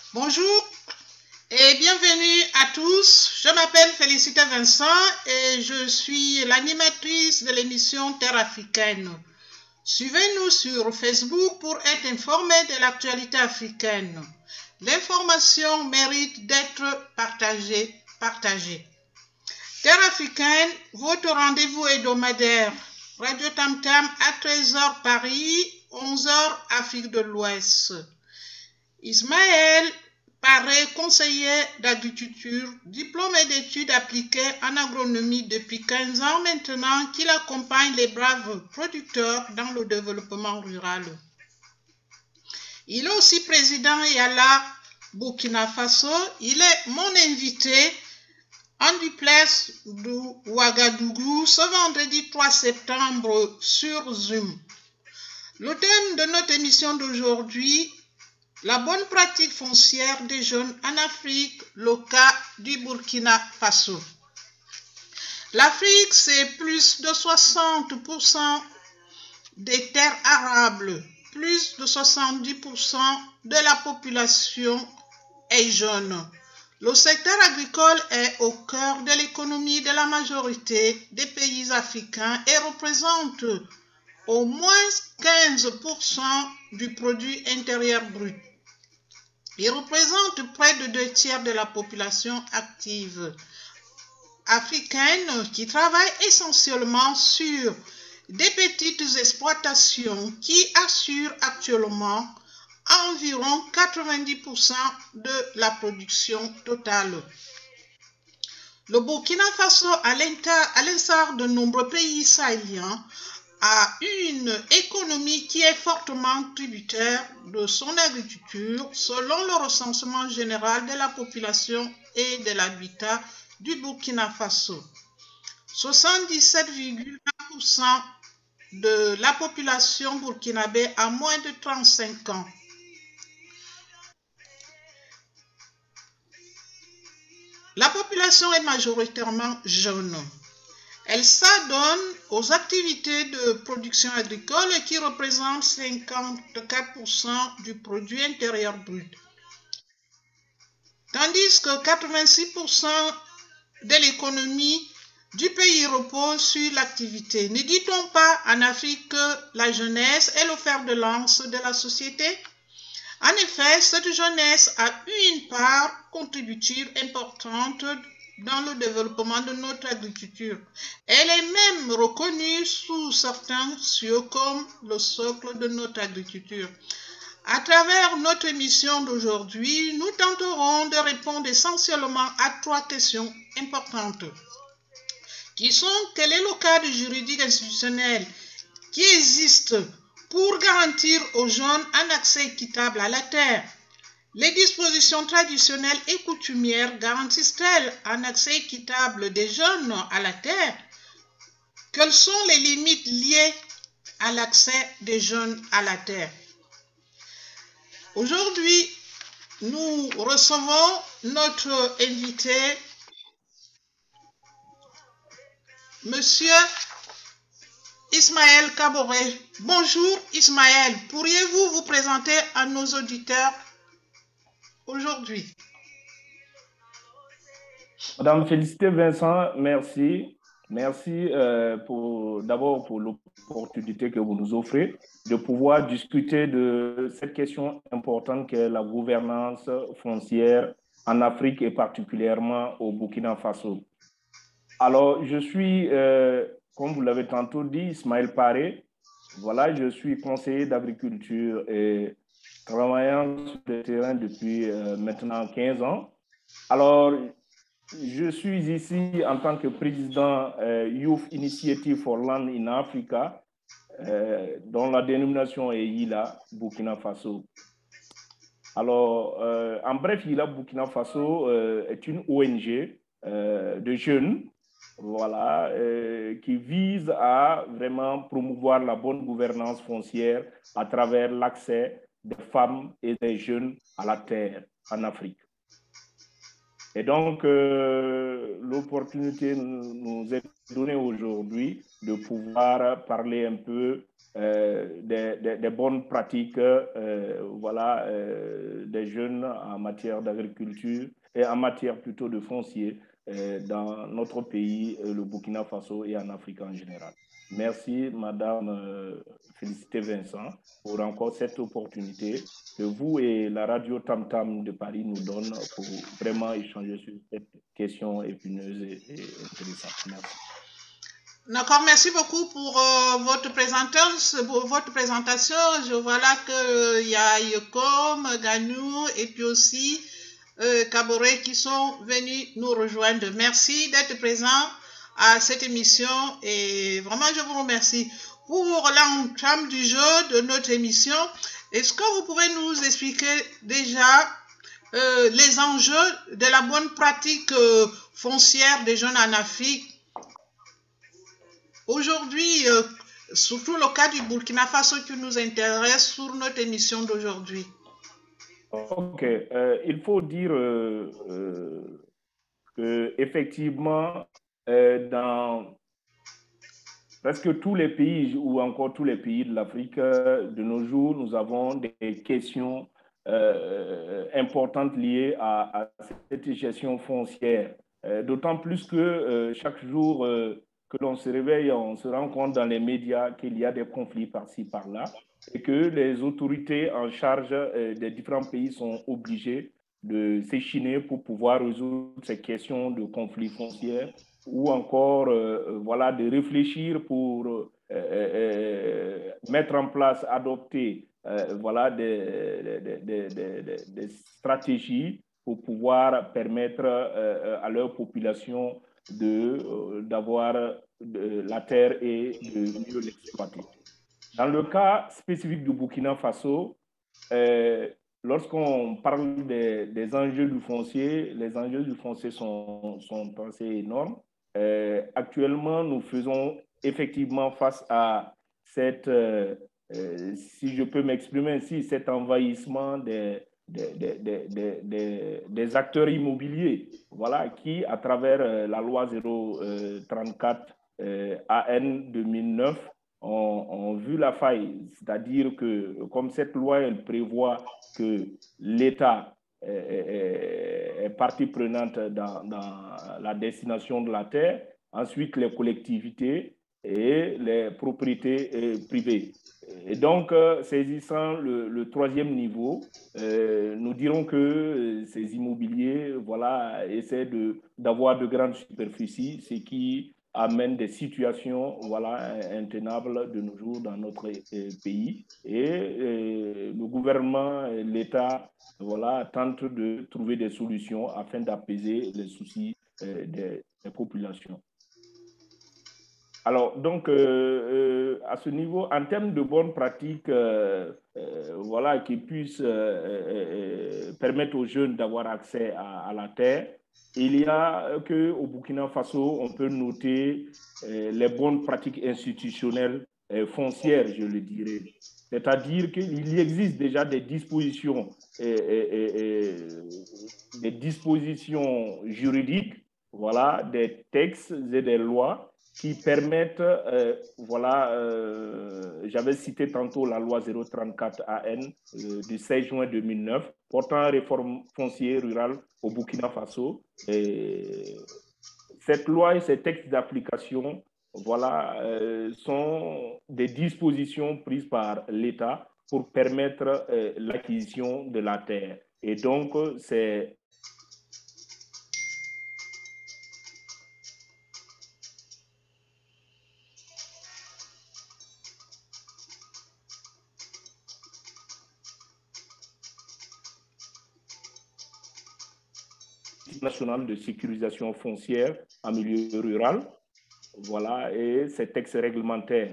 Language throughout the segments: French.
Bonjour et bienvenue à tous. Je m'appelle Félicité Vincent et je suis l'animatrice de l'émission Terre africaine. Suivez-nous sur Facebook pour être informé de l'actualité africaine. L'information mérite d'être partagée. Terre africaine, votre rendez-vous hebdomadaire. Radio Tam Tam à 13h Paris, 11h Afrique de l'Ouest. Ismaël Paré, conseiller d'agriculture, diplômé d'études appliquées en agronomie depuis 15 ans maintenant, qu'il accompagne les braves producteurs dans le développement rural. Il est aussi président Yala Burkina Faso. Il est mon invité en duplex de Ouagadougou ce vendredi 3 septembre sur Zoom. Le thème de notre émission d'aujourd'hui, la bonne pratique foncière des jeunes en Afrique, le cas du Burkina Faso. L'Afrique, c'est plus de 60% des terres arables, plus de 70% de la population est jeune. Le secteur agricole est au cœur de l'économie de la majorité des pays africains et représente au moins 15% du produit intérieur brut. Il représente près de 2 tiers de la population active africaine qui travaille essentiellement sur des petites exploitations qui assurent actuellement environ 90% de la production totale. Le Burkina Faso, à l'instar de nombreux pays sahéliens, a une économie qui est fortement tributaire de son agriculture selon le recensement général de la population et de l'habitat du Burkina Faso. 77,1% de la population burkinabé a moins de 35 ans. La population est majoritairement jeune. Elle s'adonne aux activités de production agricole qui représentent 54% du produit intérieur brut. Tandis que 86% de l'économie du pays repose sur l'activité. Ne dit-on pas en Afrique que la jeunesse est le fer de lance de la société? En effet, cette jeunesse a eu une part contributive importante dans le développement de notre agriculture. Elle est même reconnue sous certains cieux comme le socle de notre agriculture. À travers notre émission d'aujourd'hui, nous tenterons de répondre essentiellement à 3 questions importantes, qui sont: quel est le cadre juridique institutionnel qui existe pour garantir aux jeunes un accès équitable à la terre? Les dispositions traditionnelles et coutumières garantissent-elles un accès équitable des jeunes à la terre? Quelles sont les limites liées à l'accès des jeunes à la terre? Aujourd'hui, nous recevons notre invité, Monsieur Ismaël Kaboré. Bonjour Ismaël, pourriez-vous vous présenter à nos auditeurs aujourd'hui? Madame Félicité Vincent, merci. Merci d'abord pour l'opportunité que vous nous offrez de pouvoir discuter de cette question importante qu'est la gouvernance foncière en Afrique et particulièrement au Burkina Faso. Alors, je suis, comme vous l'avez tantôt dit, Ismaël Paré. Voilà, je suis conseiller d'agriculture et travaillant sur le terrain depuis maintenant 15 ans. Alors, je suis ici en tant que président Youth Initiative for Land in Africa, dont la dénomination est YILA, Burkina Faso. Alors, en bref, YILA Burkina Faso est une ONG de jeunes, voilà, qui vise à vraiment promouvoir la bonne gouvernance foncière à travers l'accès des femmes et des jeunes à la terre en Afrique. Et donc, l'opportunité nous est donnée aujourd'hui de pouvoir parler un peu des bonnes pratiques voilà, des jeunes en matière d'agriculture et en matière plutôt de foncier dans notre pays, le Burkina Faso et en Afrique en général. Merci, Madame Félicité Vincent, pour encore cette opportunité que vous et la radio Tam Tam de Paris nous donnent pour vraiment échanger sur cette question épineuse et intéressante. Merci. D'accord, merci beaucoup pour votre présentation. Je vois là qu'il y a Yokom, Ganou et puis aussi Kaboré qui sont venus nous rejoindre. Merci d'être présents à cette émission et vraiment je vous remercie. Pour l'entame du jeu de notre émission, est-ce que vous pouvez nous expliquer déjà les enjeux de la bonne pratique foncière des jeunes en Afrique? Aujourd'hui, surtout le cas du Burkina Faso qui nous intéresse sur notre émission d'aujourd'hui. Ok, il faut dire qu'effectivement, dans presque tous les pays ou encore tous les pays de l'Afrique, de nos jours, nous avons des questions importantes liées à cette gestion foncière. D'autant plus que chaque jour que l'on se réveille, on se rend compte dans les médias qu'il y a des conflits par-ci, par-là, et que les autorités en charge des différents pays sont obligées de s'échiner pour pouvoir résoudre ces questions de conflits foncières ou encore voilà, de réfléchir pour mettre en place, adopter voilà, des stratégies pour pouvoir permettre à leur population d'avoir la terre et de mieux l'exploiter. Dans le cas spécifique du Burkina Faso, lorsqu'on parle des enjeux du foncier, les enjeux du foncier sont assez énormes. Actuellement, nous faisons effectivement face à cette, si je peux m'exprimer ainsi, cet envahissement des acteurs immobiliers, voilà, qui, à travers la loi 034 AN 2009, ont vu la faille. C'est-à-dire que, comme cette loi, elle prévoit que l'État est partie prenante dans la destination de la terre, ensuite les collectivités et les propriétés privées. Et donc, saisissant le troisième niveau, nous dirons que ces immobiliers voilà, essaient d'avoir de grandes superficies, ce qui amène des situations voilà, intenables de nos jours dans notre pays. Et le gouvernement, l'État, voilà, tentent de trouver des solutions afin d'apaiser les soucis des populations. Alors, donc, à ce niveau, en termes de bonnes pratiques, voilà, qui puissent permettre aux jeunes d'avoir accès à la terre, il y a qu'au Burkina Faso, on peut noter les bonnes pratiques institutionnelles foncières, je le dirais. C'est-à-dire qu'il existe déjà des dispositions juridiques, voilà, des textes et des lois qui permettent, voilà, j'avais cité tantôt la loi 034 AN du 16 juin 2009 portant réforme foncière rurale au Burkina Faso. Et cette loi et ces textes d'application, voilà, sont des dispositions prises par l'État pour permettre l'acquisition de la terre. Et donc, c'est national de sécurisation foncière en milieu rural, voilà, et ces textes réglementaires.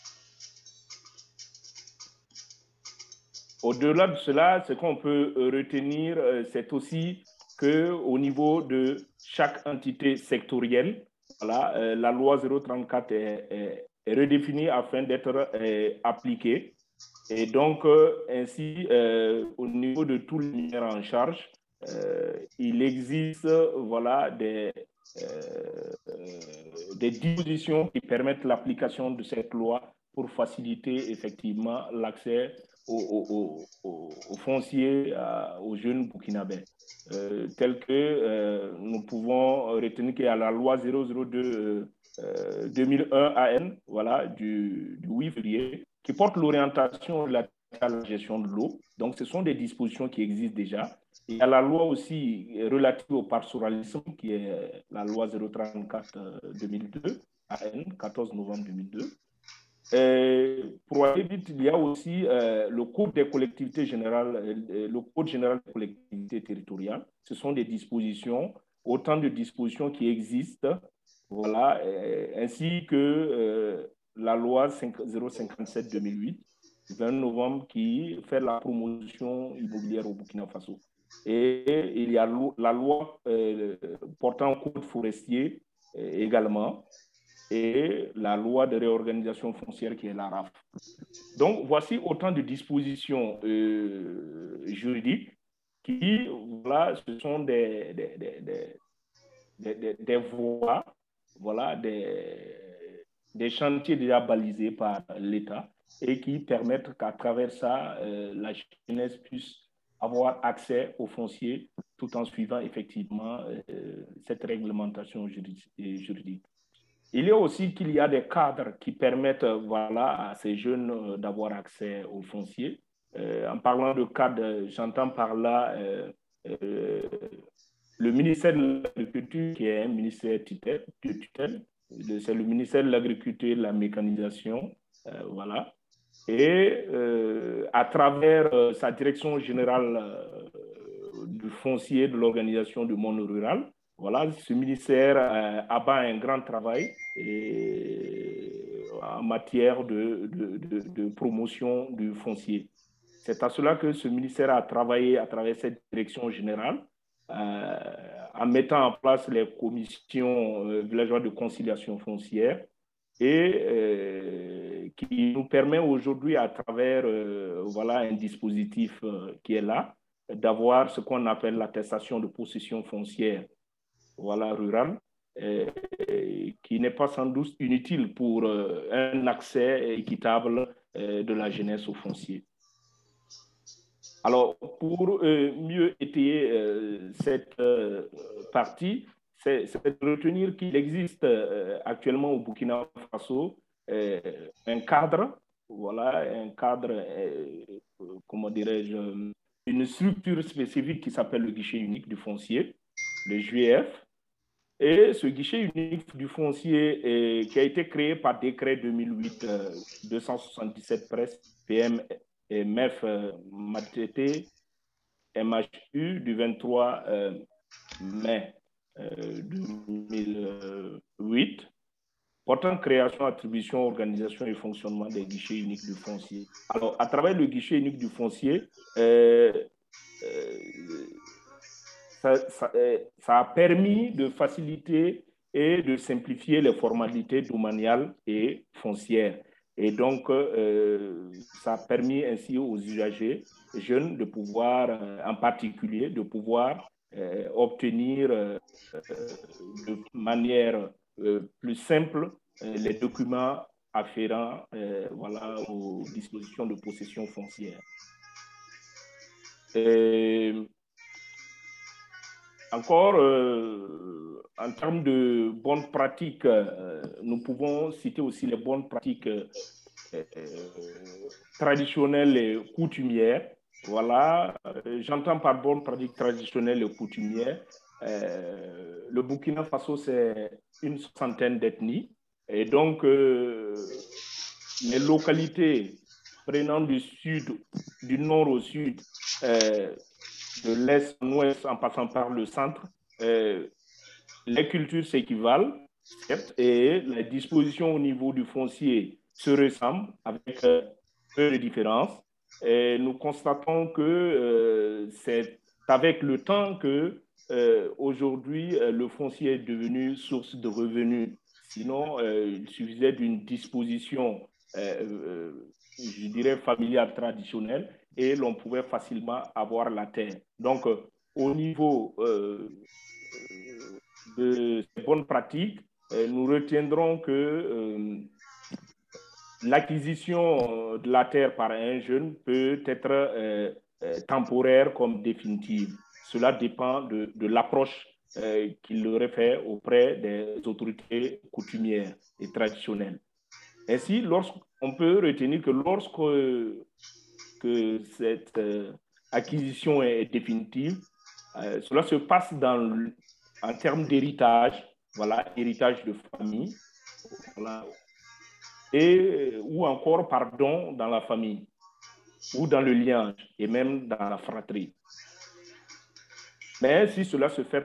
Au-delà de cela, ce qu'on peut retenir, c'est aussi qu'au niveau de chaque entité sectorielle, voilà, la loi 034 est redéfinie afin d'être appliquée. Et donc, ainsi, au niveau de tous les ministères en charge, il existe voilà, des dispositions qui permettent l'application de cette loi pour faciliter effectivement l'accès au foncier aux jeunes burkinabés. Tel que nous pouvons retenir qu'il y a la loi 002 2001 AN, voilà, du 8 février, qui porte l'orientation relative à la gestion de l'eau. Donc, ce sont des dispositions qui existent déjà. Il y a la loi aussi relative au pastoralisme, qui est la loi 034-2002, AN, 14 novembre 2002. Pour aller vite, il y a aussi le Code des collectivités générales, le Code général des collectivités territoriales. Ce sont des dispositions, autant de dispositions qui existent, voilà, ainsi que la loi 057-2008, 20 novembre, qui fait la promotion immobilière au Burkina Faso. Et il y a la loi portant code forestier également, et la loi de réorganisation foncière qui est la RAF. Donc, voici autant de dispositions juridiques qui, voilà, ce sont des voies, voilà, des chantiers déjà balisés par l'État et qui permettent qu'à travers ça, la jeunesse puisse avoir accès aux fonciers tout en suivant effectivement cette réglementation juridique. Il y a aussi qu'il y a des cadres qui permettent voilà, à ces jeunes d'avoir accès aux fonciers. En parlant de cadre, j'entends par là le ministère de l'Agriculture, qui est un ministère de tutelle. C'est le ministère de l'Agriculture et de la mécanisation. Voilà. Et à travers sa direction générale du foncier de l'organisation du monde rural, voilà, ce ministère abat un grand travail en matière de promotion du foncier. C'est à cela que ce ministère a travaillé à travers cette direction générale en mettant en place les commissions villageoises de conciliation foncière et qui nous permet aujourd'hui, à travers voilà, un dispositif qui est là, d'avoir ce qu'on appelle l'attestation de possession foncière, voilà, rurale, qui n'est pas sans doute inutile pour un accès équitable de la jeunesse au foncier. Alors, pour mieux étayer cette partie, c'est de retenir qu'il existe actuellement au Burkina Faso un cadre, voilà, un cadre, comment dirais-je, une structure spécifique qui s'appelle le guichet unique du foncier, le GUF. Et ce guichet unique du foncier qui a été créé par décret 2008-277 presse PM et MEF MATT MHU du 23 mai 2008 portant création, attribution, organisation et fonctionnement des guichets uniques du foncier. Alors, à travers le guichet unique du foncier, ça a permis de faciliter et de simplifier les formalités domaniales et foncières. Et donc, ça a permis ainsi aux usagers jeunes de pouvoir, en particulier, de pouvoir obtenir de manière plus simple les documents afférents voilà, aux dispositions de possession foncière. Encore, en termes de bonnes pratiques, nous pouvons citer aussi les bonnes pratiques traditionnelles et coutumières. Voilà, j'entends par bonnes pratiques traditionnelles et coutumières. Le Burkina Faso, c'est une centaine d'ethnies. Et donc, les localités prenant du nord au sud, de l'est en ouest en passant par le centre, les cultures s'équivalent, certes, et les dispositions au niveau du foncier se ressemblent avec peu de différence. Et nous constatons que c'est avec le temps que aujourd'hui le foncier est devenu source de revenus. Sinon, il suffisait d'une disposition, je dirais, familiale traditionnelle et l'on pouvait facilement avoir la terre. Donc, au niveau de ces bonnes pratiques, nous retiendrons que l'acquisition de la terre par un jeune peut être temporaire comme définitive. Cela dépend de l'approche qu'il aurait fait auprès des autorités coutumières et traditionnelles. Ainsi, on peut retenir que lorsque cette acquisition est définitive, cela se passe en termes d'héritage, voilà, héritage de famille, voilà, ou encore par don dans la famille, ou dans le liage, et même dans la fratrie. Mais si cela se fait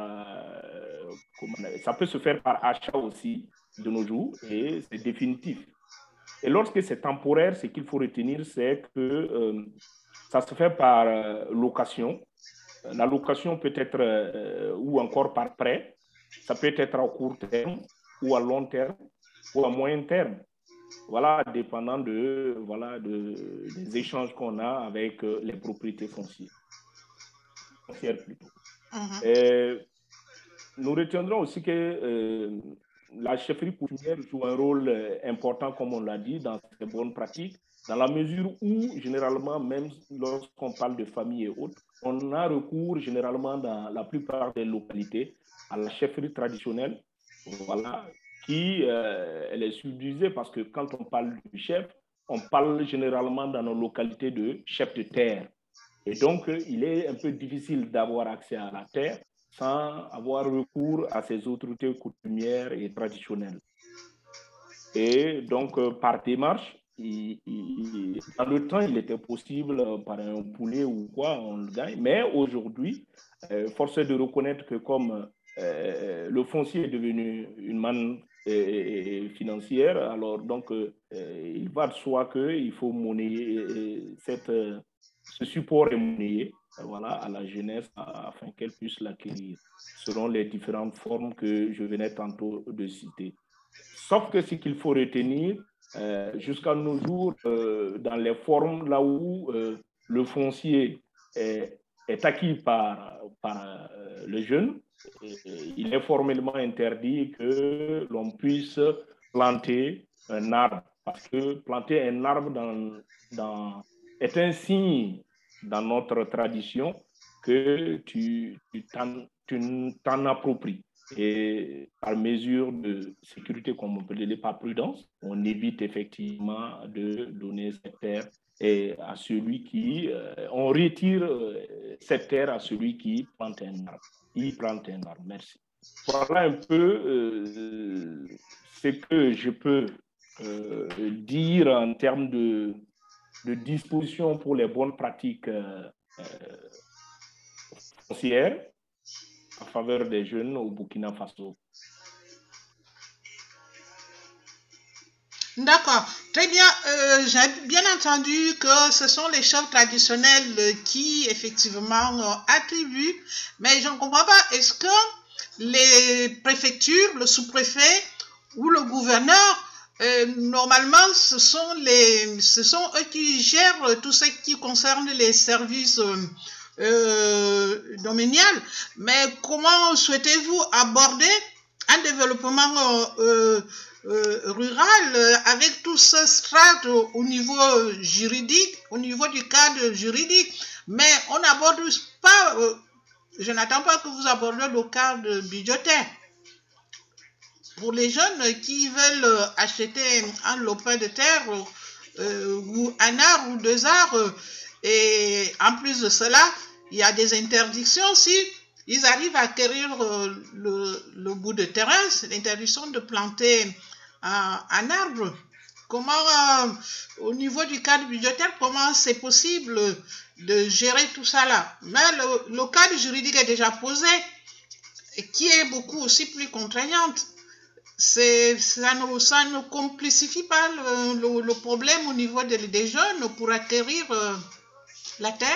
ça peut se faire par achat aussi de nos jours, et c'est définitif. Et lorsque c'est temporaire, ce qu'il faut retenir, c'est que ça se fait par location. La location peut être, ou encore par prêt, ça peut être à court terme, ou à long terme, ou à moyen terme. Voilà, dépendant des échanges qu'on a avec les propriétés foncières plutôt. Nous retiendrons aussi que la chefferie coutumière joue un rôle important, comme on l'a dit, dans ces bonnes pratiques, dans la mesure où, généralement, même lorsqu'on parle de famille et autres, on a recours généralement dans la plupart des localités à la chefferie traditionnelle, voilà, elle est subdivisée parce que quand on parle du chef, on parle généralement dans nos localités de chef de terre. Et donc, il est un peu difficile d'avoir accès à la terre sans avoir recours à ces autorités coutumières et traditionnelles. Et donc, par démarche, dans le temps, il était possible, par un poulet ou quoi, on le gagne. Mais aujourd'hui, force est de reconnaître que comme le foncier est devenu une manne financière, alors donc, il va de soi qu'il faut monnayer ce support est monnayé, voilà, à la jeunesse afin qu'elle puisse l'acquérir selon les différentes formes que je venais tantôt de citer. Sauf que ce qu'il faut retenir, jusqu'à nos jours, dans les formes là où le foncier est acquis par le jeune, il est formellement interdit que l'on puisse planter un arbre. Parce que planter un arbre est un signe dans notre tradition que tu t'en appropries. Et par mesure de sécurité, comme on peut le dire, par prudence, on évite effectivement de donner cette terre à celui on retire cette terre à celui qui plante un arbre. Il plante un arbre. Merci. Voilà un peu ce que je peux dire en termes de dispositions pour les bonnes pratiques foncières en faveur des jeunes au Burkina Faso. D'accord, très bien. J'ai bien entendu que ce sont les chefs traditionnels qui effectivement attribuent, mais je ne comprends pas. Est-ce que les préfectures, le sous-préfet ou le gouverneur, normalement, ce sont eux qui gèrent tout ce qui concerne les services domanial, mais comment souhaitez-vous aborder un développement rural avec tout ce strat au niveau juridique, au niveau du cadre juridique, mais on n'aborde pas, je n'attends pas que vous abordiez le cadre budgétaire. Pour les jeunes qui veulent acheter un lopin de terre ou un arbre ou 2 arbres, et en plus de cela, il y a des interdictions si ils arrivent à acquérir le bout de terrain, c'est l'interdiction de planter un arbre. Comment, au niveau du cadre budgétaire, comment c'est possible de gérer tout ça là? Mais le cadre juridique est déjà posé, et qui est beaucoup aussi plus contraignante. Ça ne complexifie pas le problème au niveau des jeunes pour acquérir la terre?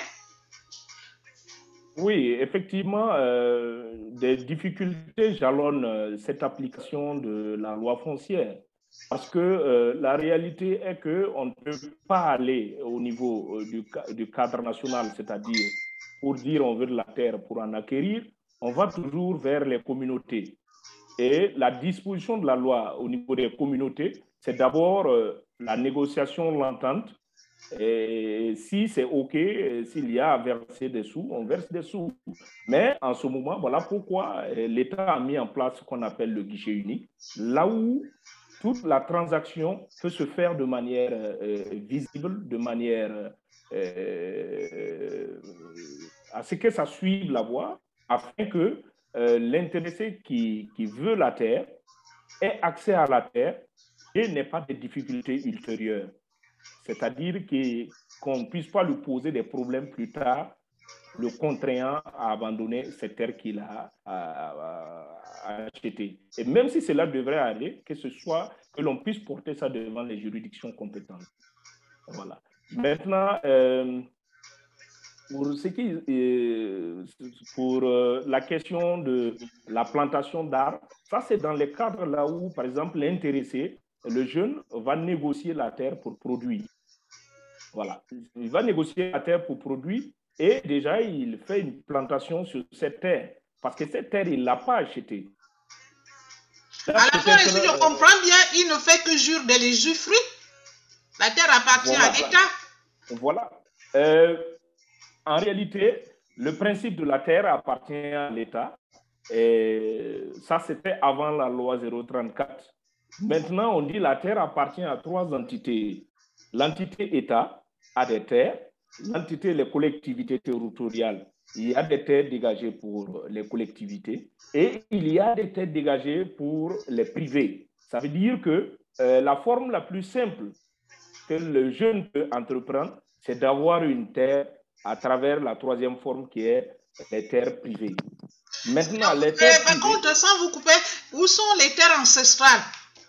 Oui, effectivement, des difficultés jalonnent cette application de la loi foncière. Parce que la réalité est qu'on ne peut pas aller au niveau du cadre national, c'est-à-dire pour dire on veut de la terre pour en acquérir, on va toujours vers les communautés. Et la disposition de la loi au niveau des communautés c'est d'abord la négociation, l'entente. Et si c'est OK, s'il y a à verser des sous, on verse des sous. Mais en ce moment, voilà pourquoi l'État a mis en place ce qu'on appelle le guichet unique, là où toute la transaction peut se faire de manière visible, de manière à ce que ça suive la voie, afin que l'intéressé qui veut la terre ait accès à la terre et n'ait pas de difficultés ultérieures. C'est-à-dire qu'on ne puisse pas lui poser des problèmes plus tard, le contraignant à abandonner cette terre qu'il a achetée. Et même si cela devrait aller, que l'on puisse porter ça devant les juridictions compétentes. Voilà. Maintenant, pour la question de la plantation d'arbres, ça c'est dans les cadres là où, par exemple, l'intéressé, le jeune, va négocier la terre pour produire. Voilà. Il va négocier la terre pour produire et déjà, il fait une plantation sur cette terre. Parce que cette terre, il ne l'a pas achetée. À la fin, si je comprends bien, il ne fait que jure de l'usufruit. La terre appartient à l'État. Voilà. En réalité, le principe de la terre appartient à l'État. Et ça, c'était avant la loi 034. Maintenant, on dit la terre appartient à 3 entités. L'entité État a des terres, l'entité les collectivités territoriales, il y a des terres dégagées pour les collectivités et il y a des terres dégagées pour les privés. Ça veut dire que la forme la plus simple que le jeune peut entreprendre, c'est d'avoir une terre à travers la 3e forme qui est les terres privées. Maintenant, les terres privées... Par contre, sans vous couper, où sont les terres ancestrales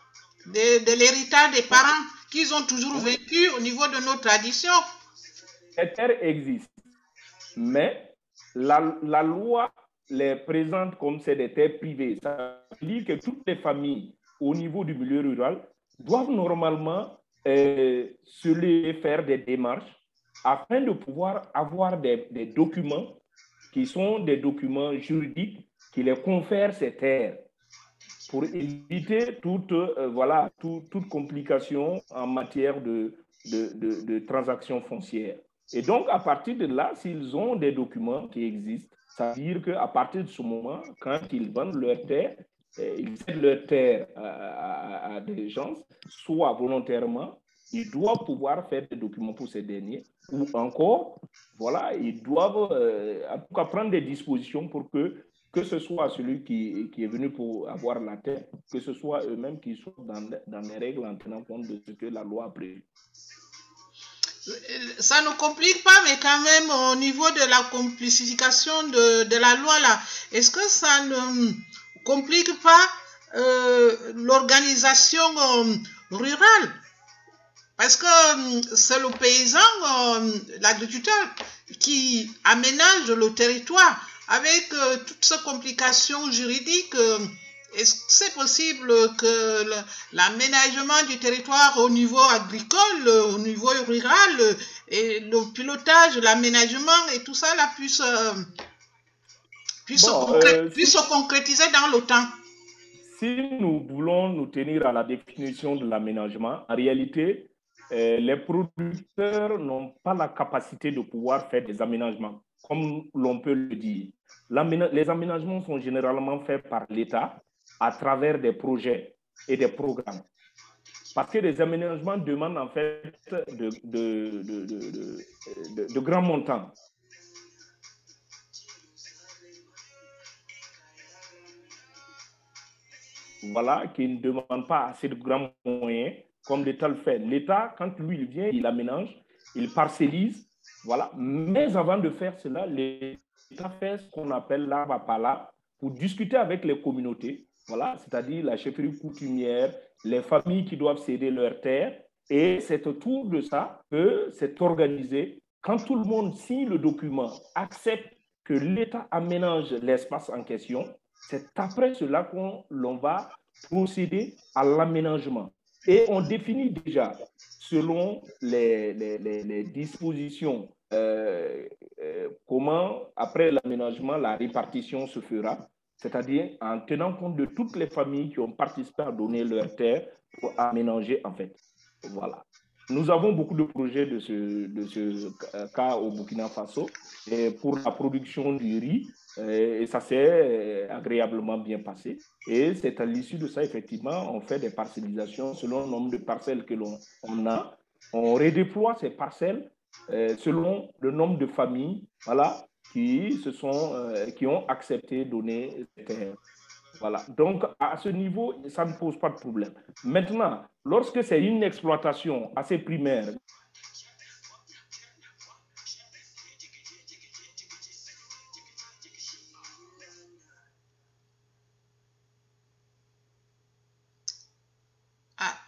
de l'héritage des parents qu'ils ont toujours vécu au niveau de nos traditions? Les terres existent, mais la loi les présente comme c'est des terres privées. Ça veut dire que toutes les familles au niveau du milieu rural doivent normalement se les faire des démarches afin de pouvoir avoir des documents qui sont des documents juridiques qui les confèrent ces terres pour éviter toute complication en matière de transactions foncières. Et donc, à partir de là, s'ils ont des documents qui existent, ça veut dire qu'à partir de ce moment, quand ils vendent leur terre, ils cèdent leur terre à des gens, soit volontairement, ils doivent pouvoir faire des documents pour ces derniers, ou encore, voilà, ils doivent en tout cas prendre des dispositions pour que ce soit celui qui est venu pour avoir la terre, que ce soit eux-mêmes qui soient dans les règles en tenant compte de ce que la loi a prévu. Ça ne complique pas, mais quand même, au niveau de la complexification de la loi, là, est-ce que ça ne complique pas l'organisation rurale? Parce que c'est le paysan, l'agriculteur, qui aménage le territoire avec toutes ces complications juridiques. Est-ce que c'est possible que l'aménagement du territoire au niveau agricole, au niveau rural, et le pilotage, l'aménagement et tout ça là puisse se concrétiser dans le temps? Si nous voulons nous tenir à la définition de l'aménagement, en réalité, les producteurs n'ont pas la capacité de pouvoir faire des aménagements, comme l'on peut le dire. Les aménagements sont généralement faits par l'État à travers des projets et des programmes. Parce que les aménagements demandent en fait de grands montants. Voilà, qui ne demandent pas assez de grands moyens, comme l'État le fait. L'État, quand lui, il vient, il aménage, il parcellise, voilà. Mais avant de faire cela, l'État fait ce qu'on appelle l'arbre à pala pour discuter avec les communautés, voilà, c'est-à-dire la chefferie coutumière, les familles qui doivent céder leurs terres. Et c'est autour de ça que c'est organisé. Quand tout le monde signe le document, accepte que l'État aménage l'espace en question, c'est après cela qu'on va procéder à l'aménagement. Et on définit déjà, selon les dispositions, comment, après l'aménagement, la répartition se fera, c'est-à-dire en tenant compte de toutes les familles qui ont participé à donner leur terre pour aménager en fait. Voilà. Nous avons beaucoup de projets de ce cas au Burkina Faso et pour la production du riz et ça s'est agréablement bien passé. Et c'est à l'issue de ça, effectivement, on fait des parcellisations selon le nombre de parcelles que l'on a. On redéploie ces parcelles selon le nombre de familles voilà, qui ont accepté de donner ces terres. Voilà. Donc, à ce niveau, ça ne pose pas de problème. Maintenant, lorsque c'est une exploitation assez primaire, Ah,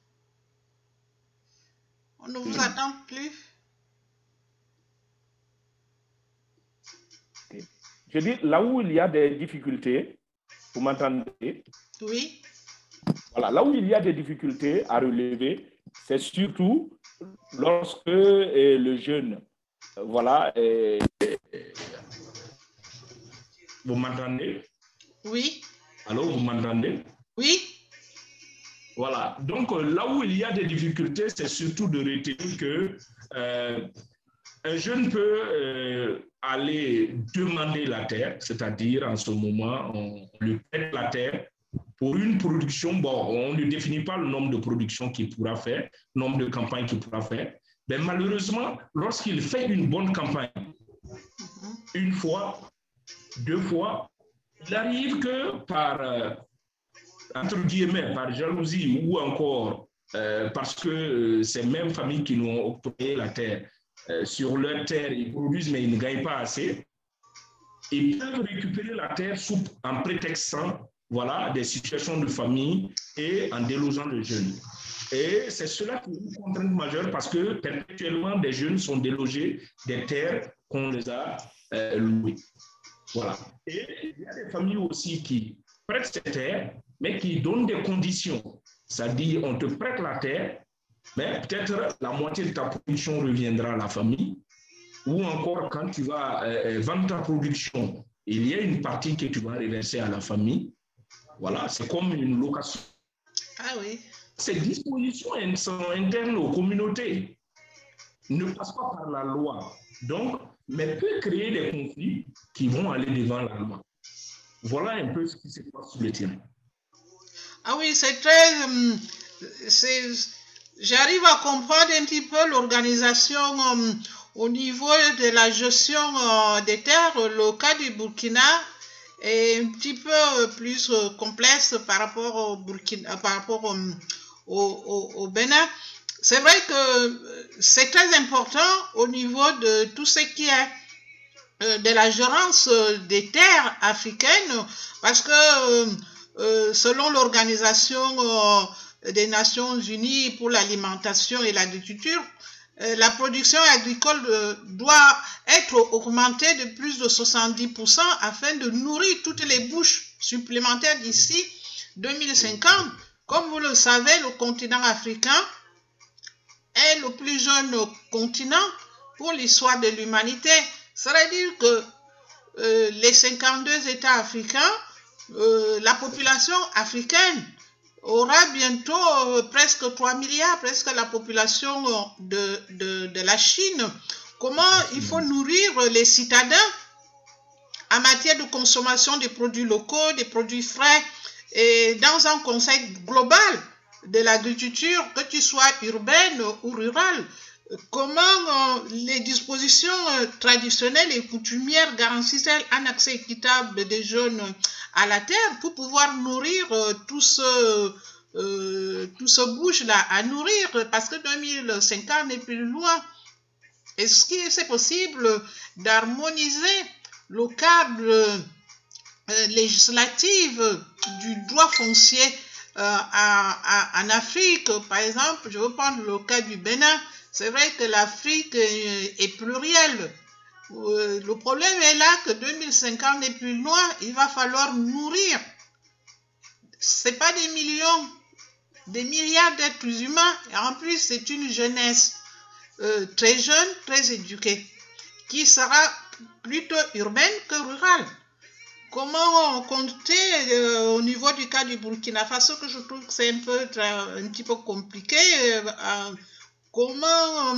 on ne vous attend plus. je dis là où il y a des difficultés, vous m'entendez? Oui. Voilà, là où il y a des difficultés à relever, c'est surtout lorsque le jeune, voilà, vous m'entendez? Oui. Allô, vous m'entendez? Oui. Voilà, donc là où il y a des difficultés, c'est surtout de retenir que un jeune peut aller demander la terre, c'est-à-dire en ce moment, on lui prête la terre pour une production. Bon, on ne définit pas le nombre de productions qu'il pourra faire, le nombre de campagnes qu'il pourra faire. Mais malheureusement, lorsqu'il fait une bonne campagne, une fois, 2 fois, il arrive que par, entre guillemets, par jalousie ou encore parce que ces mêmes familles qui nous ont octroyé la terre, sur leur terre, ils produisent, mais ils ne gagnent pas assez. Ils peuvent récupérer la terre en prétextant voilà, des situations de famille et en délogeant les jeunes. Et c'est cela qui est une contrainte majeure parce que perpétuellement, des jeunes sont délogés des terres qu'on les a louées. Voilà. Et il y a des familles aussi qui prêtent ces terres, mais qui donnent des conditions. C'est-à-dire, on te prête la terre, mais peut-être la moitié de ta production reviendra à la famille, ou encore quand tu vas vendre ta production, il y a une partie que tu vas reverser à la famille. Voilà, c'est comme une location. Ah oui. Ces dispositions sont internes aux communautés, ne passent pas par la loi, donc, mais peut créer des conflits qui vont aller devant la loi. Voilà un peu ce qui se passe sur le terrain. Ah oui, c'est très... j'arrive à comprendre un petit peu l'organisation au niveau de la gestion des terres. Le cas du Burkina est un petit peu plus complexe par rapport au Burkina, par rapport au Bénin. C'est vrai que c'est très important au niveau de tout ce qui est de la gérance des terres africaines, parce que selon l'Organisation des Nations Unies pour l'alimentation et l'agriculture, la production agricole doit être augmentée de plus de 70% afin de nourrir toutes les bouches supplémentaires d'ici 2050. Comme vous le savez, le continent africain est le plus jeune continent pour l'histoire de l'humanité. Ça veut dire que les 52 États africains, la population africaine aura bientôt presque 3 milliards, presque la population de la Chine. Comment il faut nourrir les citadins en matière de consommation des produits locaux, des produits frais, et dans un concept global de l'agriculture, que tu sois urbaine ou rurale. Comment les dispositions traditionnelles et coutumières garantissent un accès équitable des jeunes à la terre pour pouvoir nourrir tout ce bouche-là à nourrir, parce que 2050 n'est plus loin. Est-ce que c'est possible d'harmoniser le cadre législatif du droit foncier en Afrique? Par exemple, je veux prendre le cas du Bénin. C'est vrai que l'Afrique est plurielle. Le problème est là que 2050 n'est plus loin. Il va falloir nourrir. Ce n'est pas des millions, des milliards d'êtres humains. Et en plus, c'est une jeunesse très jeune, très éduquée, qui sera plutôt urbaine que rurale. comment compter au niveau du cas du Burkina Faso, que je trouve que c'est un petit peu compliqué. Comment,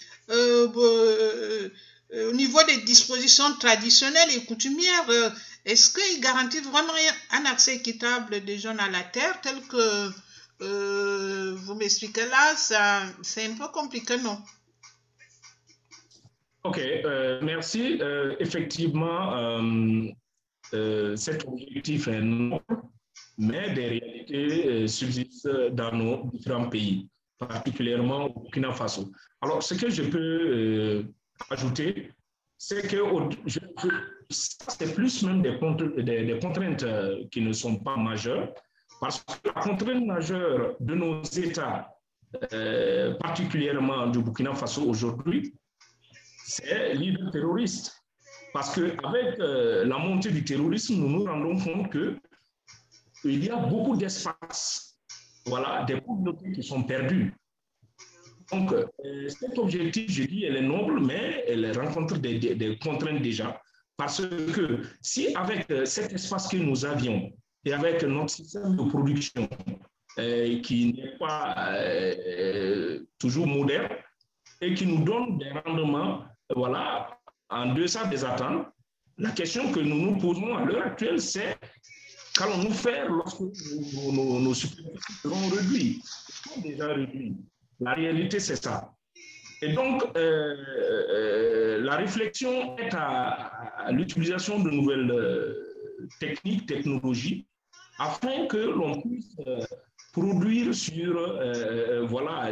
au niveau des dispositions traditionnelles et coutumières, est-ce qu'ils garantissent vraiment un accès équitable des jeunes à la terre, tel que vous m'expliquez là, c'est un peu compliqué, non? Ok, merci. Effectivement, cet objectif est noble, mais des réalités subsistent dans nos différents pays, particulièrement au Burkina Faso. Alors, ce que je peux ajouter, c'est que c'est plus même des contraintes qui ne sont pas majeures, parce que la contrainte majeure de nos États, particulièrement du Burkina Faso aujourd'hui, c'est l'idée terroriste. Parce qu'avec la montée du terrorisme, nous nous rendons compte qu'il y a beaucoup d'espace, voilà, des communautés qui sont perdues. Donc, cet objectif, je dis, elle est noble, mais elle rencontre des contraintes déjà. Parce que si avec cet espace que nous avions et avec notre système de production qui n'est pas toujours moderne et qui nous donne des rendements, voilà, en deçà des attentes, la question que nous nous posons à l'heure actuelle, c'est qu'allons-nous faire lorsque nos superficies seront réduites? Ils sont déjà réduits. La réalité, c'est ça. Et donc, la réflexion est à l'utilisation de nouvelles techniques, technologies, afin que l'on puisse produire sur voilà,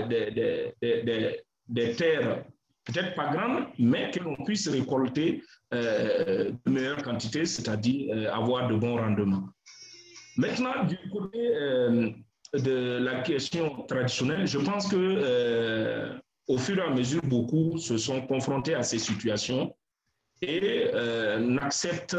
des terres peut-être pas grandes, mais que l'on puisse récolter de meilleures quantités, c'est-à-dire avoir de bons rendements. Maintenant, du côté de la question traditionnelle, je pense que au fur et à mesure, beaucoup se sont confrontés à ces situations et n'acceptent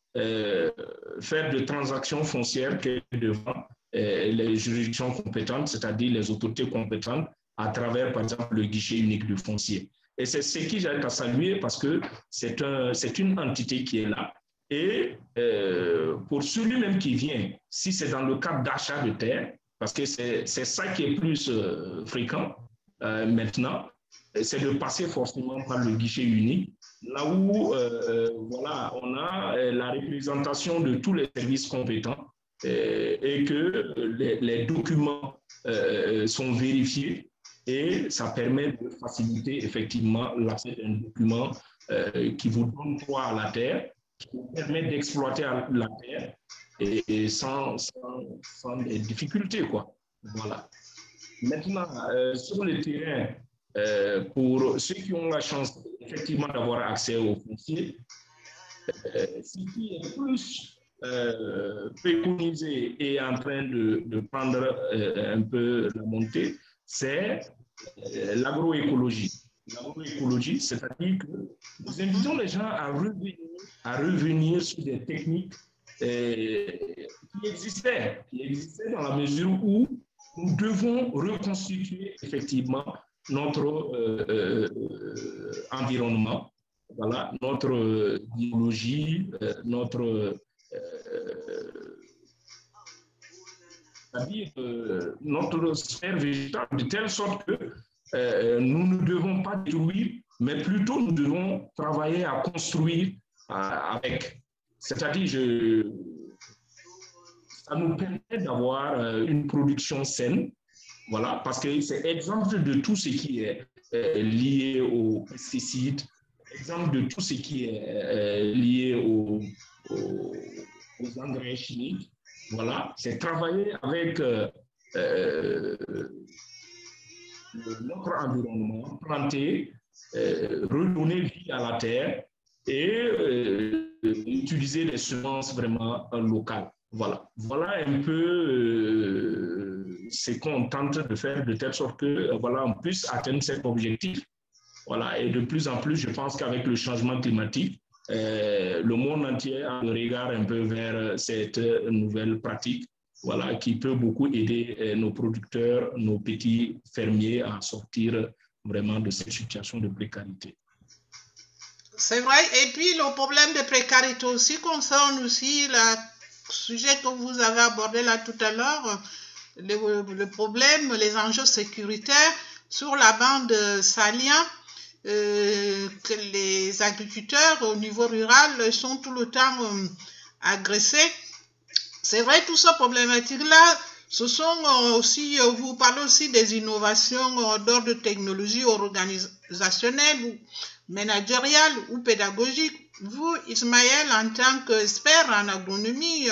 faire de transactions foncières que devant les juridictions compétentes, c'est-à-dire les autorités compétentes, à travers, par exemple, le guichet unique du foncier. Et c'est ce qui j'ai à saluer parce que c'est une entité qui est là. Et pour celui-même qui vient, si c'est dans le cadre d'achat de terre, parce que c'est ça qui est plus fréquent maintenant, c'est de passer forcément par le guichet unique, là où voilà, on a la représentation de tous les services compétents et que les documents sont vérifiés et ça permet de faciliter effectivement l'accès d'un document qui vous donne droit à la terre, qui vous permet d'exploiter la terre et sans des difficultés, quoi. Voilà. Maintenant, sur le terrain, pour ceux qui ont la chance effectivement d'avoir accès au foncier, ce qui est plus préconisé et en train de prendre un peu la montée, c'est l'agroécologie. L'agroécologie, c'est-à-dire que nous invitons les gens à revenir sur des techniques qui existaient dans la mesure où nous devons reconstituer effectivement notre environnement, voilà, notre biologie, c'est-à-dire notre sphère végétale, de telle sorte que nous ne devons pas détruire, mais plutôt nous devons travailler à construire avec. C'est-à-dire, ça nous permet d'avoir une production saine, voilà, parce que c'est exemple de tout ce qui est lié aux pesticides, exemple de tout ce qui est lié aux engrais chimiques. Voilà, c'est travailler avec notre environnement, planter, redonner vie à la terre et utiliser des semences vraiment locales. Voilà, voilà un peu ce qu'on tente de faire de telle sorte que voilà, on puisse atteindre cet objectif. Voilà, et de plus en plus, je pense qu'avec le changement climatique, le monde entier a le regard un peu vers cette nouvelle pratique, voilà, qui peut beaucoup aider nos producteurs, nos petits fermiers à sortir vraiment de cette situation de précarité. C'est vrai. Et puis, le problème de précarité aussi concerne aussi le sujet que vous avez abordé là tout à l'heure, le problème, les enjeux sécuritaires sur la bande sahélienne, que les agriculteurs au niveau rural sont tout le temps agressés. C'est vrai, tout ça problématique-là, ce sont aussi, vous parlez aussi des innovations d'ordre technologie organisationnelle ou managériale ou pédagogique. Vous, Ismaël, en tant qu'expert en agronomie,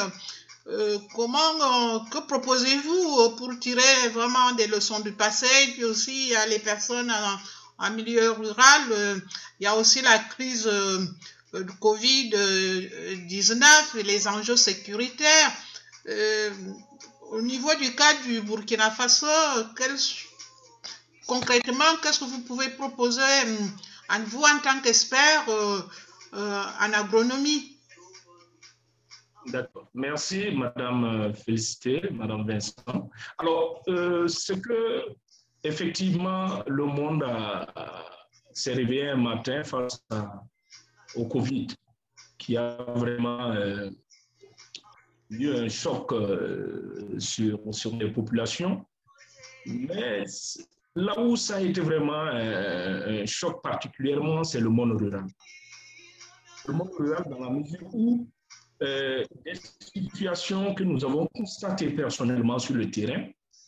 que proposez-vous pour tirer vraiment des leçons du passé, puis aussi à les personnes en milieu rural, il y a aussi la crise du Covid-19 et les enjeux sécuritaires. Au niveau du cas du Burkina Faso, concrètement, qu'est-ce que vous pouvez proposer vous en tant qu'expert en agronomie? D'accord. Merci, Madame Félicité, Madame Vincent. Alors, c'est que, effectivement, le monde s'est réveillé un matin face au Covid, qui a vraiment eu un choc sur les populations. Mais là où ça a été vraiment un choc particulièrement, c'est le monde rural. Le monde rural dans la mesure où des situations que nous avons constatées personnellement sur le terrain,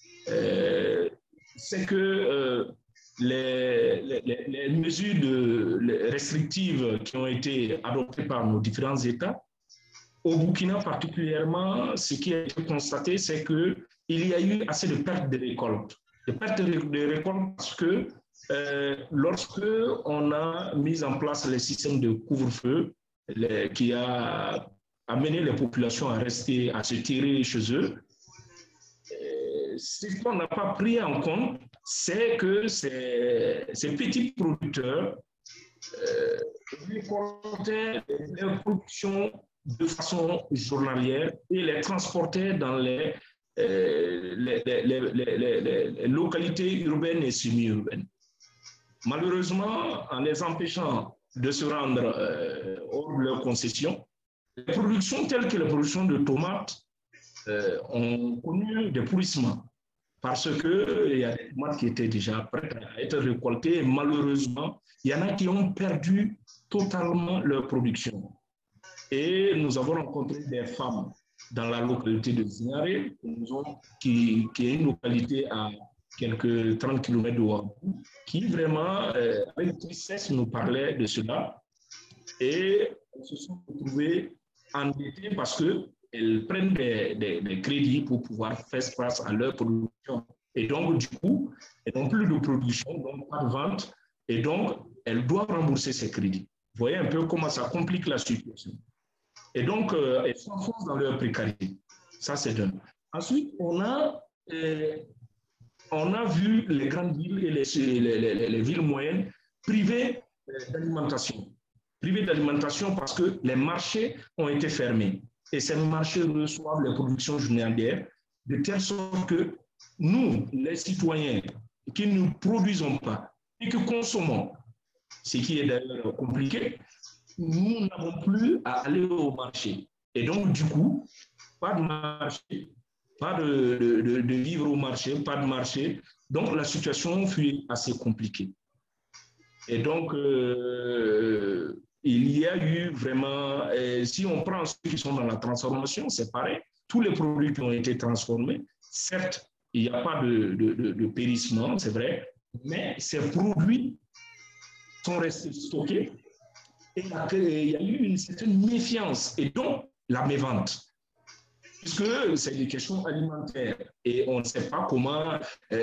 c'est que les mesures restrictives qui ont été adoptées par nos différents États, au Burkina particulièrement, ce qui a été constaté, c'est qu'il y a eu assez de pertes de récoltes. De pertes de récoltes parce que lorsque on a mis en place les systèmes de couvre-feu qui a amené les populations à rester, à se tirer chez eux, ce qu'on n'a pas pris en compte, c'est que ces petits producteurs récoltaient leur production de façon journalière et les transportaient dans les localités urbaines et semi-urbaines. Malheureusement, en les empêchant de se rendre hors de leur concession, les productions telles que les productions de tomates ont connu des pourrissements parce qu'il y a des tomates qui étaient déjà prêtes à être récoltées et malheureusement, il y en a qui ont perdu totalement leur production. Et nous avons rencontré des femmes dans la localité de Zinaré, qui est une localité à quelques 30 km de Ouagadougou, qui vraiment, avec tristesse, nous parlaient de cela. Et elles se sont retrouvées endettées parce qu'elles prennent des crédits pour pouvoir faire face à leur production. Et donc, du coup, elles n'ont plus de production, donc pas de vente. Et donc, elles doivent rembourser ces crédits. Vous voyez un peu comment ça complique la situation. Et donc, elles s'enfoncent dans leur précarité. Ça, c'est d'un. Ensuite, on a vu les grandes villes et les villes moyennes privées d'alimentation. Privées d'alimentation parce que les marchés ont été fermés. Et ces marchés reçoivent les productions journalières de telle sorte que nous, les citoyens, qui ne produisons pas et que consommons, ce qui est d'ailleurs compliqué, nous n'avons plus à aller au marché. Et donc, du coup, pas de marché, pas de vivre au marché, pas de marché. Donc, la situation fut assez compliquée. Et donc, il y a eu vraiment, si on prend ceux qui sont dans la transformation, c'est pareil. Tous les produits qui ont été transformés, certes, il n'y a pas de périssement, c'est vrai, mais ces produits sont restés stockés. Et il y a eu une certaine méfiance et donc la mévente. Puisque c'est des questions alimentaires et on ne sait pas comment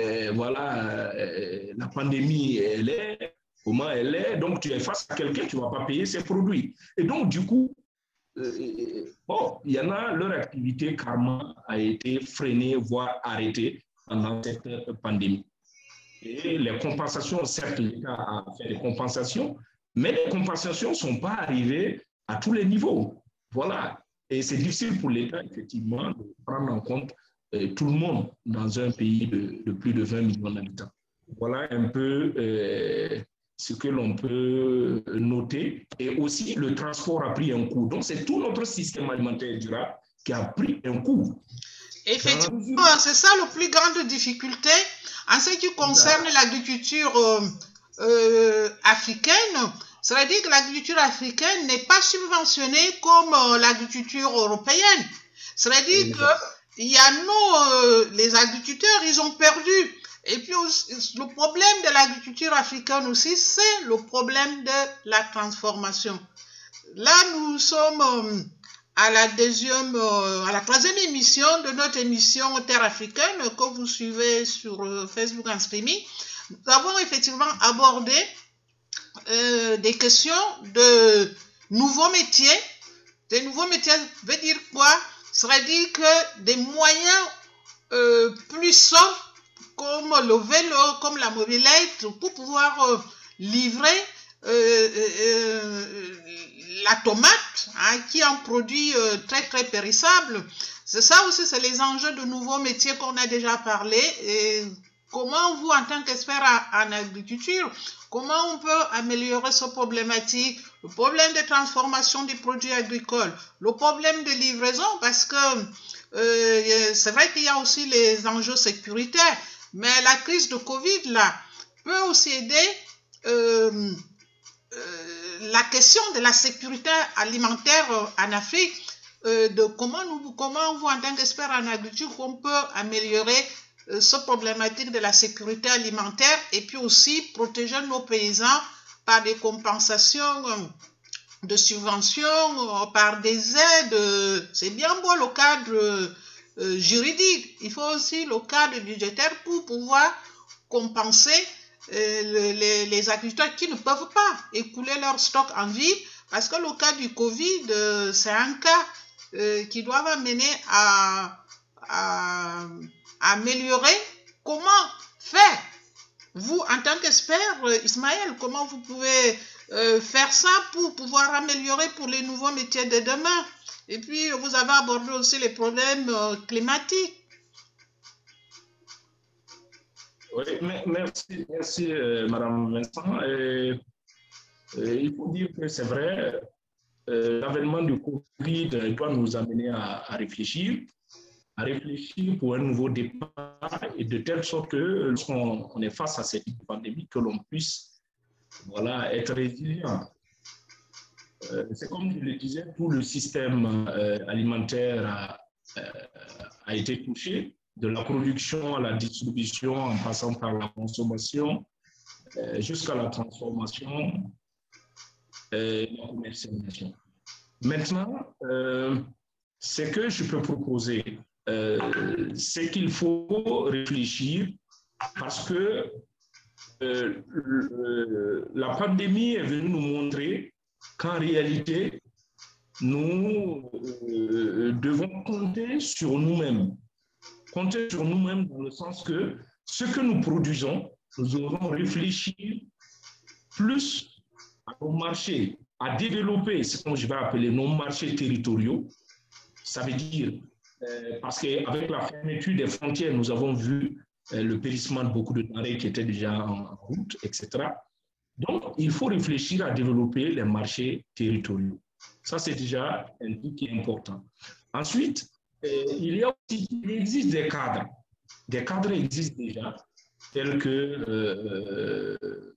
la pandémie comment elle est. Donc tu es face à quelqu'un, tu ne vas pas payer ses produits. Et donc du coup, il y en a, leur activité carrément a été freinée, voire arrêtée pendant cette pandémie. Et les compensations, certes, l'État a fait des compensations, mais les compensations ne sont pas arrivées à tous les niveaux. Voilà. Et c'est difficile pour l'État, effectivement, de prendre en compte tout le monde dans un pays de plus de 20 millions d'habitants. Voilà un peu ce que l'on peut noter. Et aussi, le transport a pris un coup. Donc, c'est tout notre système alimentaire durable qui a pris un coup. Effectivement, c'est ça la plus grande difficulté en ce qui concerne l'agriculture africaine. C'est-à-dire que l'agriculture africaine n'est pas subventionnée comme l'agriculture européenne. C'est-à-dire que il y a les agriculteurs, ils ont perdu. Et puis le problème de l'agriculture africaine aussi, c'est le problème de la transformation. Là, nous sommes à la troisième émission de notre émission Terre africaine que vous suivez sur Facebook en streaming. Nous avons effectivement abordé des questions de nouveaux métiers. Des nouveaux métiers veut dire quoi? Ça veut dire que des moyens plus sobres comme le vélo, comme la mobilette, pour pouvoir livrer la tomate, qui est un produit très très périssable. C'est ça aussi, c'est les enjeux de nouveaux métiers qu'on a déjà parlé. Et comment vous, en tant qu'expert en agriculture, comment on peut améliorer ce problématique, le problème de transformation des produits agricoles, le problème de livraison, parce que c'est vrai qu'il y a aussi les enjeux sécuritaires, mais la crise de Covid, là, peut aussi aider la question de la sécurité alimentaire en Afrique, de comment vous, en tant qu'expert en agriculture, on peut améliorer ce problématique de la sécurité alimentaire et puis aussi protéger nos paysans par des compensations de subventions, par des aides. C'est bien beau le cadre juridique, il faut aussi le cadre budgétaire pour pouvoir compenser les agriculteurs qui ne peuvent pas écouler leur stock en ville, parce que le cas du Covid, c'est un cas qui doit amener à améliorer. Comment faire? Vous, en tant qu'expert, Ismaël, comment vous pouvez faire ça pour pouvoir améliorer pour les nouveaux métiers de demain? Et puis, vous avez abordé aussi les problèmes climatiques. Oui, merci Madame Vincent. Il faut dire que c'est vrai, l'avènement du Covid doit nous amener à réfléchir pour un nouveau départ et de telle sorte que lorsqu'on est face à cette pandémie, que l'on puisse être résilient. C'est comme je le disais, tout le système alimentaire a été touché, de la production à la distribution, en passant par la consommation, jusqu'à la transformation et la commercialisation. Maintenant, ce que je peux proposer, c'est qu'il faut réfléchir parce que la pandémie est venue nous montrer qu'en réalité, nous devons compter sur nous-mêmes. Compter sur nous-mêmes dans le sens que ce que nous produisons, nous devons réfléchir plus à nos marchés, à développer ce que je vais appeler nos marchés territoriaux. Ça veut dire, parce qu'avec la fermeture des frontières, nous avons vu le périssement de beaucoup de denrées qui étaient déjà en route, etc. Donc, il faut réfléchir à développer les marchés territoriaux. Ça, c'est déjà un truc qui est important. Ensuite, il existe des cadres. Des cadres existent déjà, tels que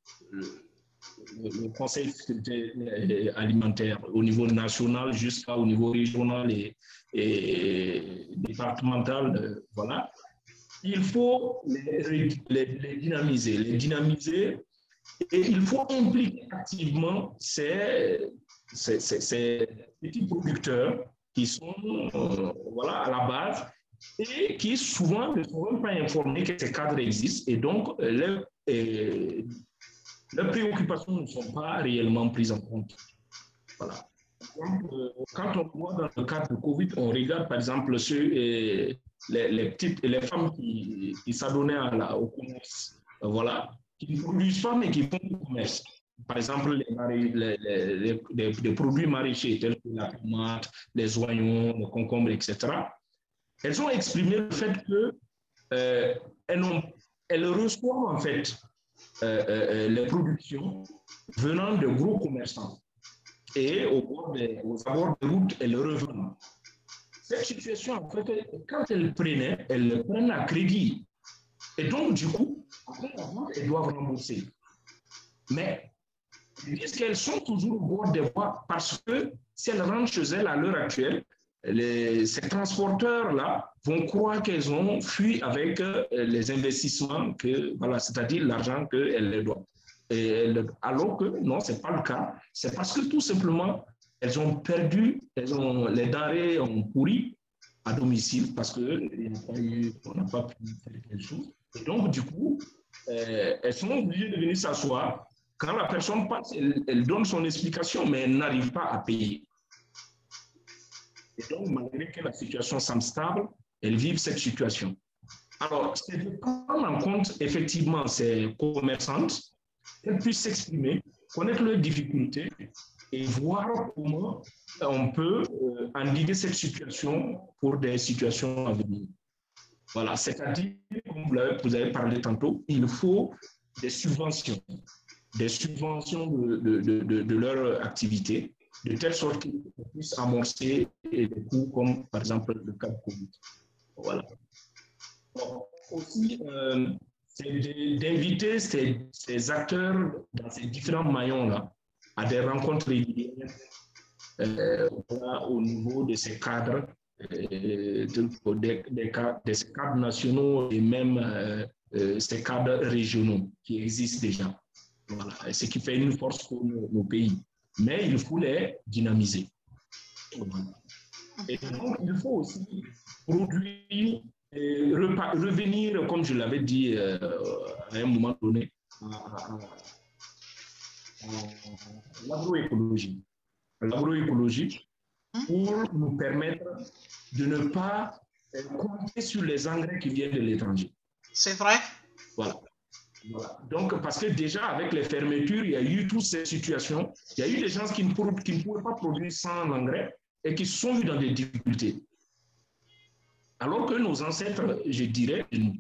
le Conseil de sécurité alimentaire au niveau national jusqu'au niveau régional et départemental. Voilà. Il faut les dynamiser et il faut impliquer activement ces petits producteurs qui sont à la base et qui souvent ne sont même pas informés que ces cadres existent et donc leurs préoccupations ne sont pas réellement prises en compte. Voilà. Donc, quand on voit dans le cadre de Covid, on regarde par exemple les femmes qui s'adonnaient au commerce, qui ne produisent pas mais qui font du commerce. Par exemple, les produits maraîchers tels que la tomate, les oignons, les concombres, etc. Elles ont exprimé le fait qu'elles reçoivent en fait les productions venant de gros commerçants et aux abords de route, elles revendent. Cette situation, en fait, quand elles le prennent à crédit. Et donc, du coup, après la vente, elles doivent rembourser. Mais ils disent qu'elles sont toujours au bord des voies parce que si elles rentrent chez elles à l'heure actuelle, ces transporteurs-là vont croire qu'elles ont fui avec les investissements, voilà, c'est-à-dire l'argent qu'elles leur doivent. Alors que non, ce n'est pas le cas. C'est parce que tout simplement, elles ont perdu, les denrées ont pourri à domicile parce qu'on n'a pas pu faire quelque chose. Et donc, du coup, elles sont obligées de venir s'asseoir. Quand la personne passe, elle donne son explication, mais elle n'arrive pas à payer. Et donc, malgré que la situation semble stable, elles vivent cette situation. Alors, c'est de prendre en compte effectivement ces commerçantes, qu'elles puissent s'exprimer, connaître leurs difficultés et voir comment on peut endiguer cette situation pour des situations à venir. Voilà, c'est-à-dire, comme vous avez parlé tantôt, il faut des subventions de leur activité, de telle sorte qu'ils puissent amorcer des coûts comme, par exemple, le cas de Covid. Voilà. Donc, aussi, c'est d'inviter ces acteurs dans ces différents maillons-là à des rencontres régulières au niveau de ces cadres, des cadres nationaux et même ces cadres régionaux qui existent déjà. Voilà. Ce qui fait une force pour nos pays. Mais il faut les dynamiser. Voilà. Et donc, il faut aussi produire et revenir, comme je l'avais dit à un moment donné, à l'agroécologie. L'agroécologie pour nous permettre de ne pas compter sur les engrais qui viennent de l'étranger. C'est vrai. Voilà. Voilà. Donc, parce que déjà, avec les fermetures, il y a eu toutes ces situations. Il y a eu des gens qui ne pouvaient pas produire sans engrais et qui se sont vus dans des difficultés. Alors que nos ancêtres, je dirais,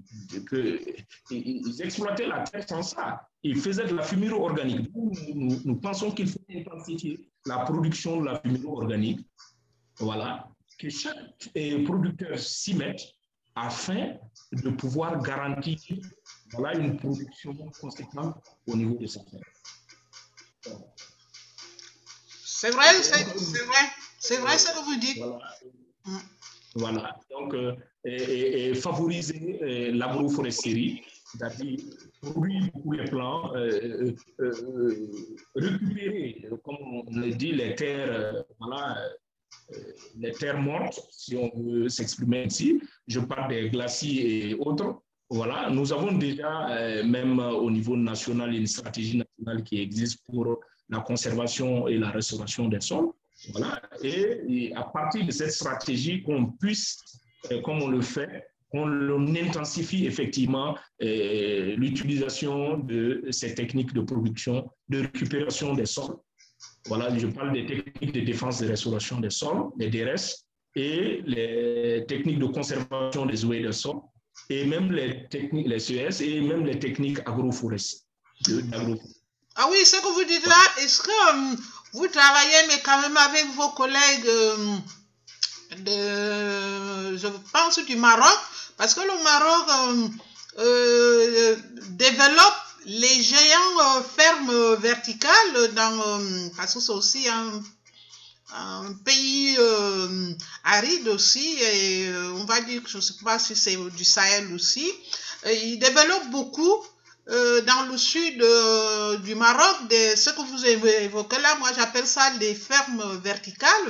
ils exploitaient la terre sans ça. Ils faisaient de la fumure organique. Nous pensons qu'il faut intensifier la production de la fumure organique. Voilà. Que chaque producteur s'y mette afin de pouvoir garantir une production conséquente au niveau de sa terre. C'est vrai, c'est vrai ce que vous dites. Voilà. Voilà. Donc, favoriser l'agroforesterie, c'est-à-dire produire beaucoup les plants, récupérer, comme on le dit, les terres, les terres mortes, si on veut s'exprimer ainsi. Je parle des glaciers et autres. Voilà, nous avons déjà, même au niveau national, une stratégie nationale qui existe pour la conservation et la restauration des sols. Voilà, et à partir de cette stratégie, qu'on puisse, comme on le fait, qu'on intensifie effectivement l'utilisation de ces techniques de production, de récupération des sols. Voilà, je parle des techniques de défense et de restauration des sols, les DRS, et les techniques de conservation des eaux et des sols, et même les techniques, les CES, et même les techniques agroforestières. Ah oui, ce que vous dites là, est-ce que vous travaillez, mais quand même avec vos collègues je pense, du Maroc, parce que le Maroc développe les géants fermes verticales, parce que c'est aussi un pays aride aussi, et on va dire que je ne sais pas si c'est du Sahel aussi. Il développe beaucoup dans le sud du Maroc, ce que vous évoquez là, moi j'appelle ça des fermes verticales.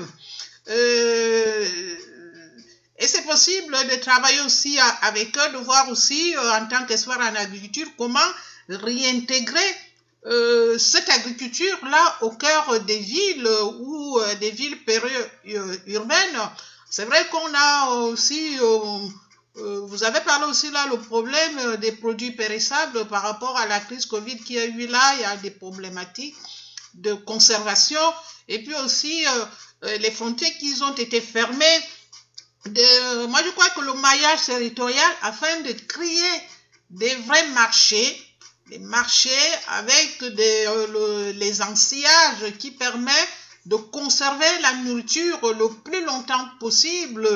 Et c'est possible de travailler aussi avec eux, de voir aussi en tant qu'expert en agriculture comment réintégrer cette agriculture-là au cœur des villes ou des villes périurbaines. C'est vrai qu'on a aussi, vous avez parlé aussi là, le problème des produits périssables par rapport à la crise Covid qu'il y a eu là. Il y a des problématiques de conservation et puis aussi les frontières qui ont été fermées. Moi, je crois que le maillage territorial, afin de créer des vrais marchés des marchés avec les ensillages qui permettent de conserver la nourriture le plus longtemps possible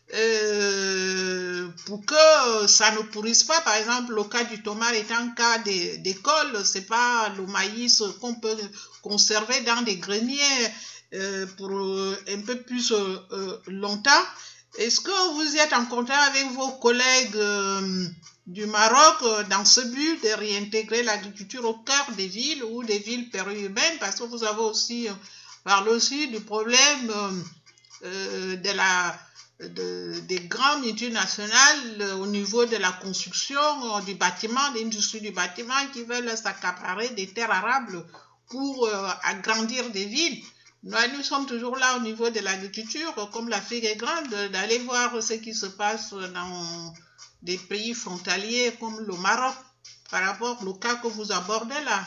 pour que ça ne pourrisse pas. Par exemple, le cas du tomate est un cas d'école, c'est pas le maïs qu'on peut conserver dans des greniers pour un peu plus longtemps. Est-ce que vous êtes en contact avec vos collègues du Maroc dans ce but de réintégrer l'agriculture au cœur des villes ou des villes périurbaines, parce que vous avez aussi parlé aussi du problème des grandes multinationales au niveau de la construction du bâtiment, l'industrie du bâtiment qui veulent s'accaparer des terres arables pour agrandir des villes. Nous sommes toujours là au niveau de l'agriculture, comme l'Afrique est grande, d'aller voir ce qui se passe dans des pays frontaliers comme le Maroc, par rapport au cas que vous abordez là.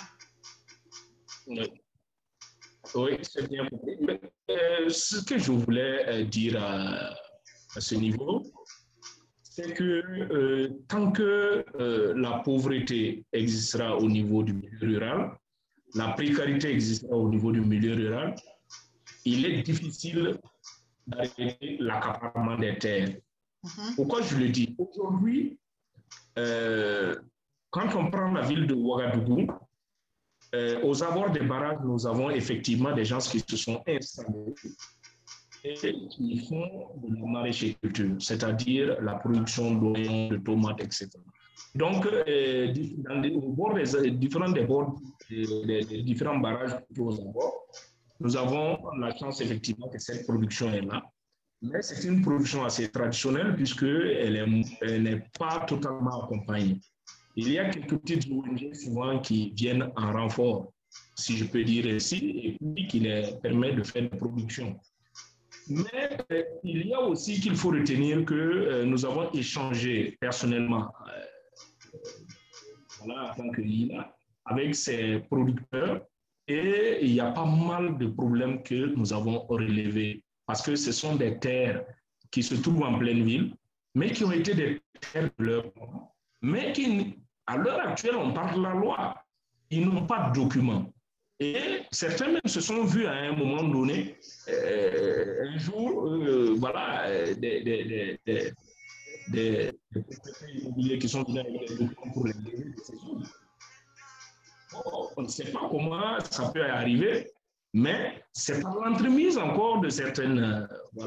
Oui, c'est bien compris. Mais, ce que je voulais dire à ce niveau, c'est que tant que la pauvreté existera au niveau du milieu rural, la précarité existera au niveau du milieu rural, il est difficile d'arrêter l'accaparement des terres. Pourquoi je le dis? Aujourd'hui, quand on prend la ville de Ouagadougou, aux abords des barrages, nous avons effectivement des gens qui se sont installés et qui font de la maraîchère-culture, c'est-à-dire la production d'oignons, de tomates, etc. Donc, au bord des différents barrages aux abords, nous avons la chance effectivement que cette production est là. Mais c'est une production assez traditionnelle puisqu'elle n'est pas totalement accompagnée. Il y a quelques petites ONG souvent qui viennent en renfort, si je peux dire ainsi, et puis qui les permettent de faire des productions. Mais il y a aussi qu'il faut retenir que nous avons échangé personnellement en tant que LINA avec ces producteurs et il y a pas mal de problèmes que nous avons relevés parce que ce sont des terres qui se trouvent en pleine ville, mais qui ont été des terres de leur temps, mais qui, à l'heure actuelle, on parle de la loi. Ils n'ont pas de documents. Et certains même se sont vus à un moment donné, un jour, des propriétaires immobiliers qui sont venus avec des documents pour les lever de ces zones. On ne sait pas comment ça peut arriver, mais c'est par l'entremise encore de certaines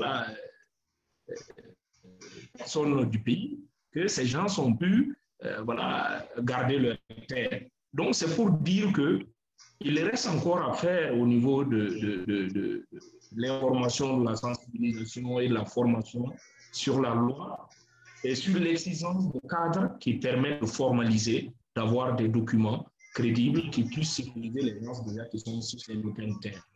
personnes du pays que ces gens ont pu garder leur terre. Donc, c'est pour dire qu'il reste encore à faire au niveau de l'information, de la sensibilisation et de la formation sur la loi et sur l'existence de cadres qui permettent de formaliser, d'avoir des documents crédibles qui puissent sécuriser les gens déjà qui sont sur ces locales terres.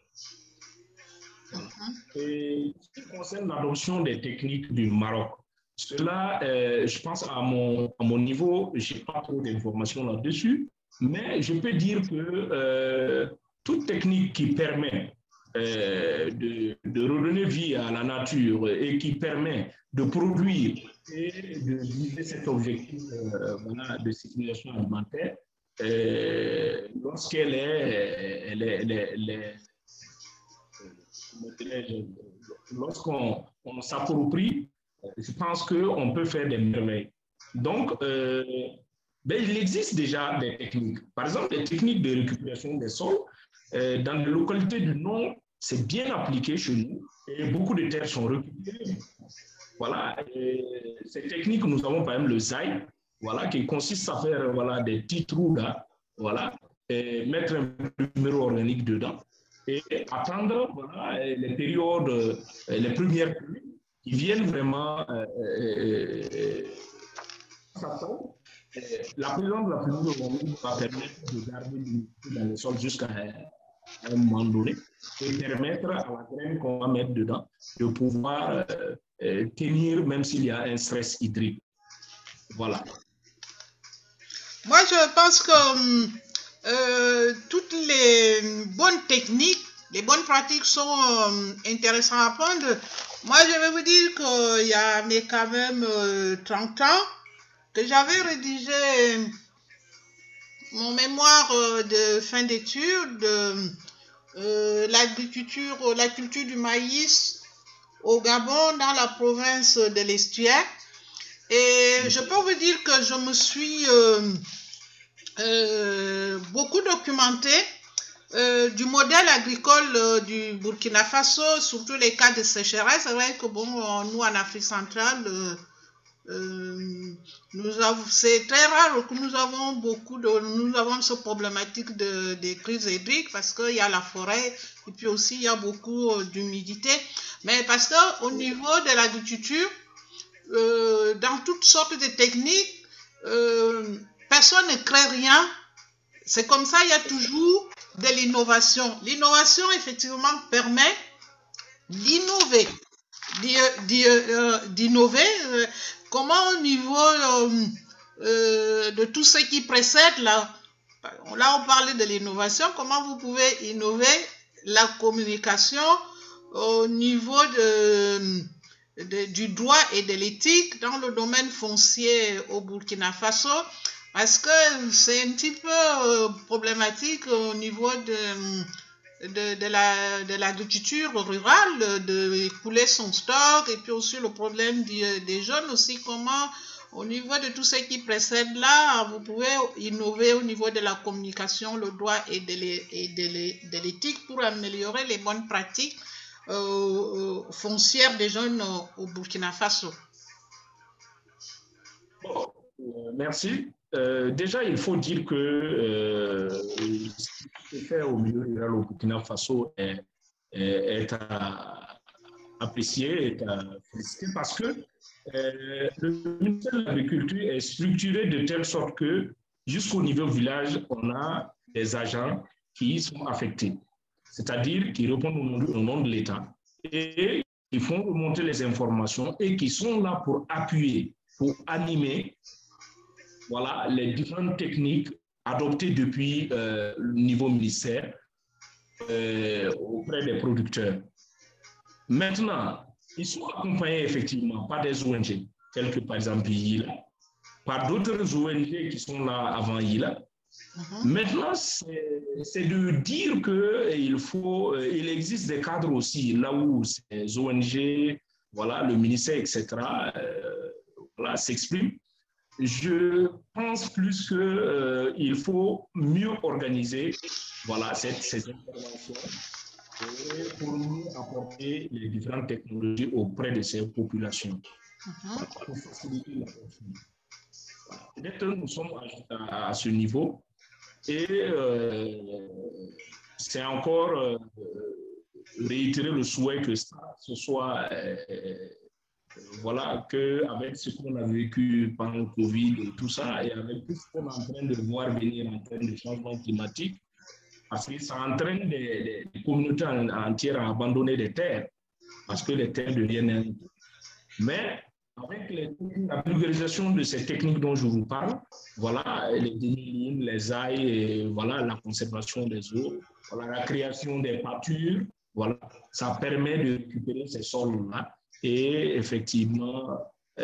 Et ce qui concerne l'adoption des techniques du Maroc, cela, je pense à mon niveau, je n'ai pas trop d'informations là-dessus, mais je peux dire que toute technique qui permet de redonner vie à la nature et qui permet de produire et de viser cet objectif de sécurisation alimentaire, lorsqu'on s'approprie, je pense qu'on peut faire des merveilles. Donc, il existe déjà des techniques. Par exemple, des techniques de récupération des sols. Dans les localités du Nord, c'est bien appliqué chez nous et beaucoup de terres sont récupérées. Voilà. Ces techniques, nous avons par exemple le ZAI, qui consiste à faire des petits trous là, et mettre un numéro organique dedans et attendre les périodes, les premières pluies qui viennent vraiment la présence de la pluie organique va permettre de garder l'humidité dans le sol jusqu'à un moment donné et permettre à la graine qu'on va mettre dedans de pouvoir tenir même s'il y a un stress hydrique. Voilà. Moi, je pense que toutes les bonnes techniques, les bonnes pratiques sont intéressantes à apprendre. Moi, je vais vous dire qu'il y a quand même 30 ans que j'avais rédigé mon mémoire de fin d'études, l'agriculture, la culture du maïs au Gabon, dans la province de l'Estuaire. Et je peux vous dire que je me suis beaucoup documentée du modèle agricole du Burkina Faso, surtout les cas de sécheresse. C'est vrai que bon, nous en Afrique centrale, c'est très rare que nous avons ce problématique des crises hydriques parce qu'il y a la forêt et puis aussi il y a beaucoup d'humidité. Mais parce que au niveau de l'agriculture, dans toutes sortes de techniques, personne ne crée rien. C'est comme ça, il y a toujours de l'innovation. L'innovation, effectivement, permet d'innover. Comment au niveau de tout ce qui précède, là on parlait de l'innovation, comment vous pouvez innover la communication au niveau du droit et de l'éthique dans le domaine foncier au Burkina Faso, parce que c'est un petit peu problématique au niveau de l'agriculture rurale, de couler son stock, et puis aussi le problème des jeunes aussi, comment au niveau de tout ce qui précède là, vous pouvez innover au niveau de la communication, le droit et de l'éthique pour améliorer les bonnes pratiques foncières des jeunes au Burkina Faso. Bon, merci. Déjà, il faut dire que ce qui se fait au milieu rural au Burkina Faso est à apprécier, est à féliciter parce que le ministère de l'Agriculture est structuré de telle sorte que jusqu'au niveau village, on a des agents qui sont affectés, c'est-à-dire qui répondent au nom de l'État et qui font remonter les informations et qui sont là pour appuyer, pour animer voilà, les différentes techniques adoptées depuis le niveau ministère auprès des producteurs. Maintenant, ils sont accompagnés effectivement par des ONG, telles que par exemple YILA, par d'autres ONG qui sont là avant YILA. Maintenant, c'est de dire qu'il existe des cadres aussi, là où ces ONG, voilà, le ministère, etc., voilà, s'expriment. Je pense plus qu'il faut mieux organiser voilà, ces interventions pour mieux apporter les différentes technologies auprès de ces populations. Pour faciliter la personne. Peut-être nous sommes à ce niveau et c'est encore réitérer le souhait que ça, ce soit voilà, qu'avec ce qu'on a vécu pendant le Covid et tout ça, et avec tout ce qu'on est en train de voir venir en termes de changement climatique, parce que ça entraîne des communautés entières à abandonner des terres, parce que les terres deviennent... Mais avec la vulgarisation de ces techniques dont je vous parle, voilà, les démilines, les ailes, et voilà, la conservation des eaux, voilà, la création des pâtures, voilà, ça permet de récupérer ces sols-là et effectivement,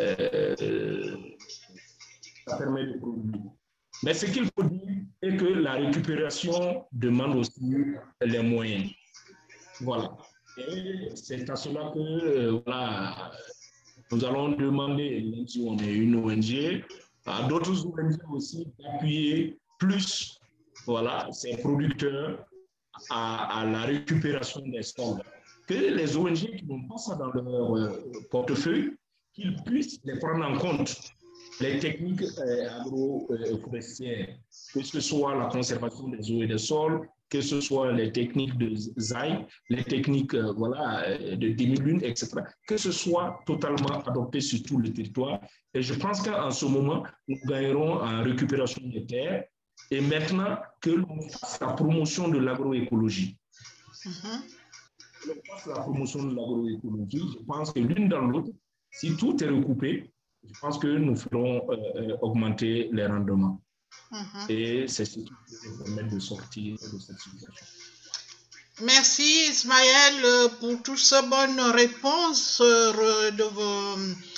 ça permet de produire. Mais ce qu'il faut dire est que la récupération demande aussi les moyens. Voilà. Et c'est à cela que voilà, nous allons demander, même si on est une ONG, à d'autres ONG aussi d'appuyer plus voilà, ces producteurs à la récupération des sols. Que les ONG qui n'ont pas ça dans leur portefeuille, qu'ils puissent les prendre en compte. Les techniques agroforestières, que ce soit la conservation des eaux et des sols, que ce soit les techniques de ZAI, les techniques voilà, de demi-lune, etc., que ce soit totalement adopté sur tout le territoire. Et je pense qu'en ce moment, nous gagnerons en récupération des terres et maintenant que l'on fasse la promotion de l'agroécologie. Que l'on fasse la promotion de l'agroécologie, je pense que l'une dans l'autre, si tout est recoupé, je pense que nous ferons augmenter les rendements. Et c'est ce qui peut permettre de sortir de cette situation. Merci Ismaël pour toutes ces bonnes réponses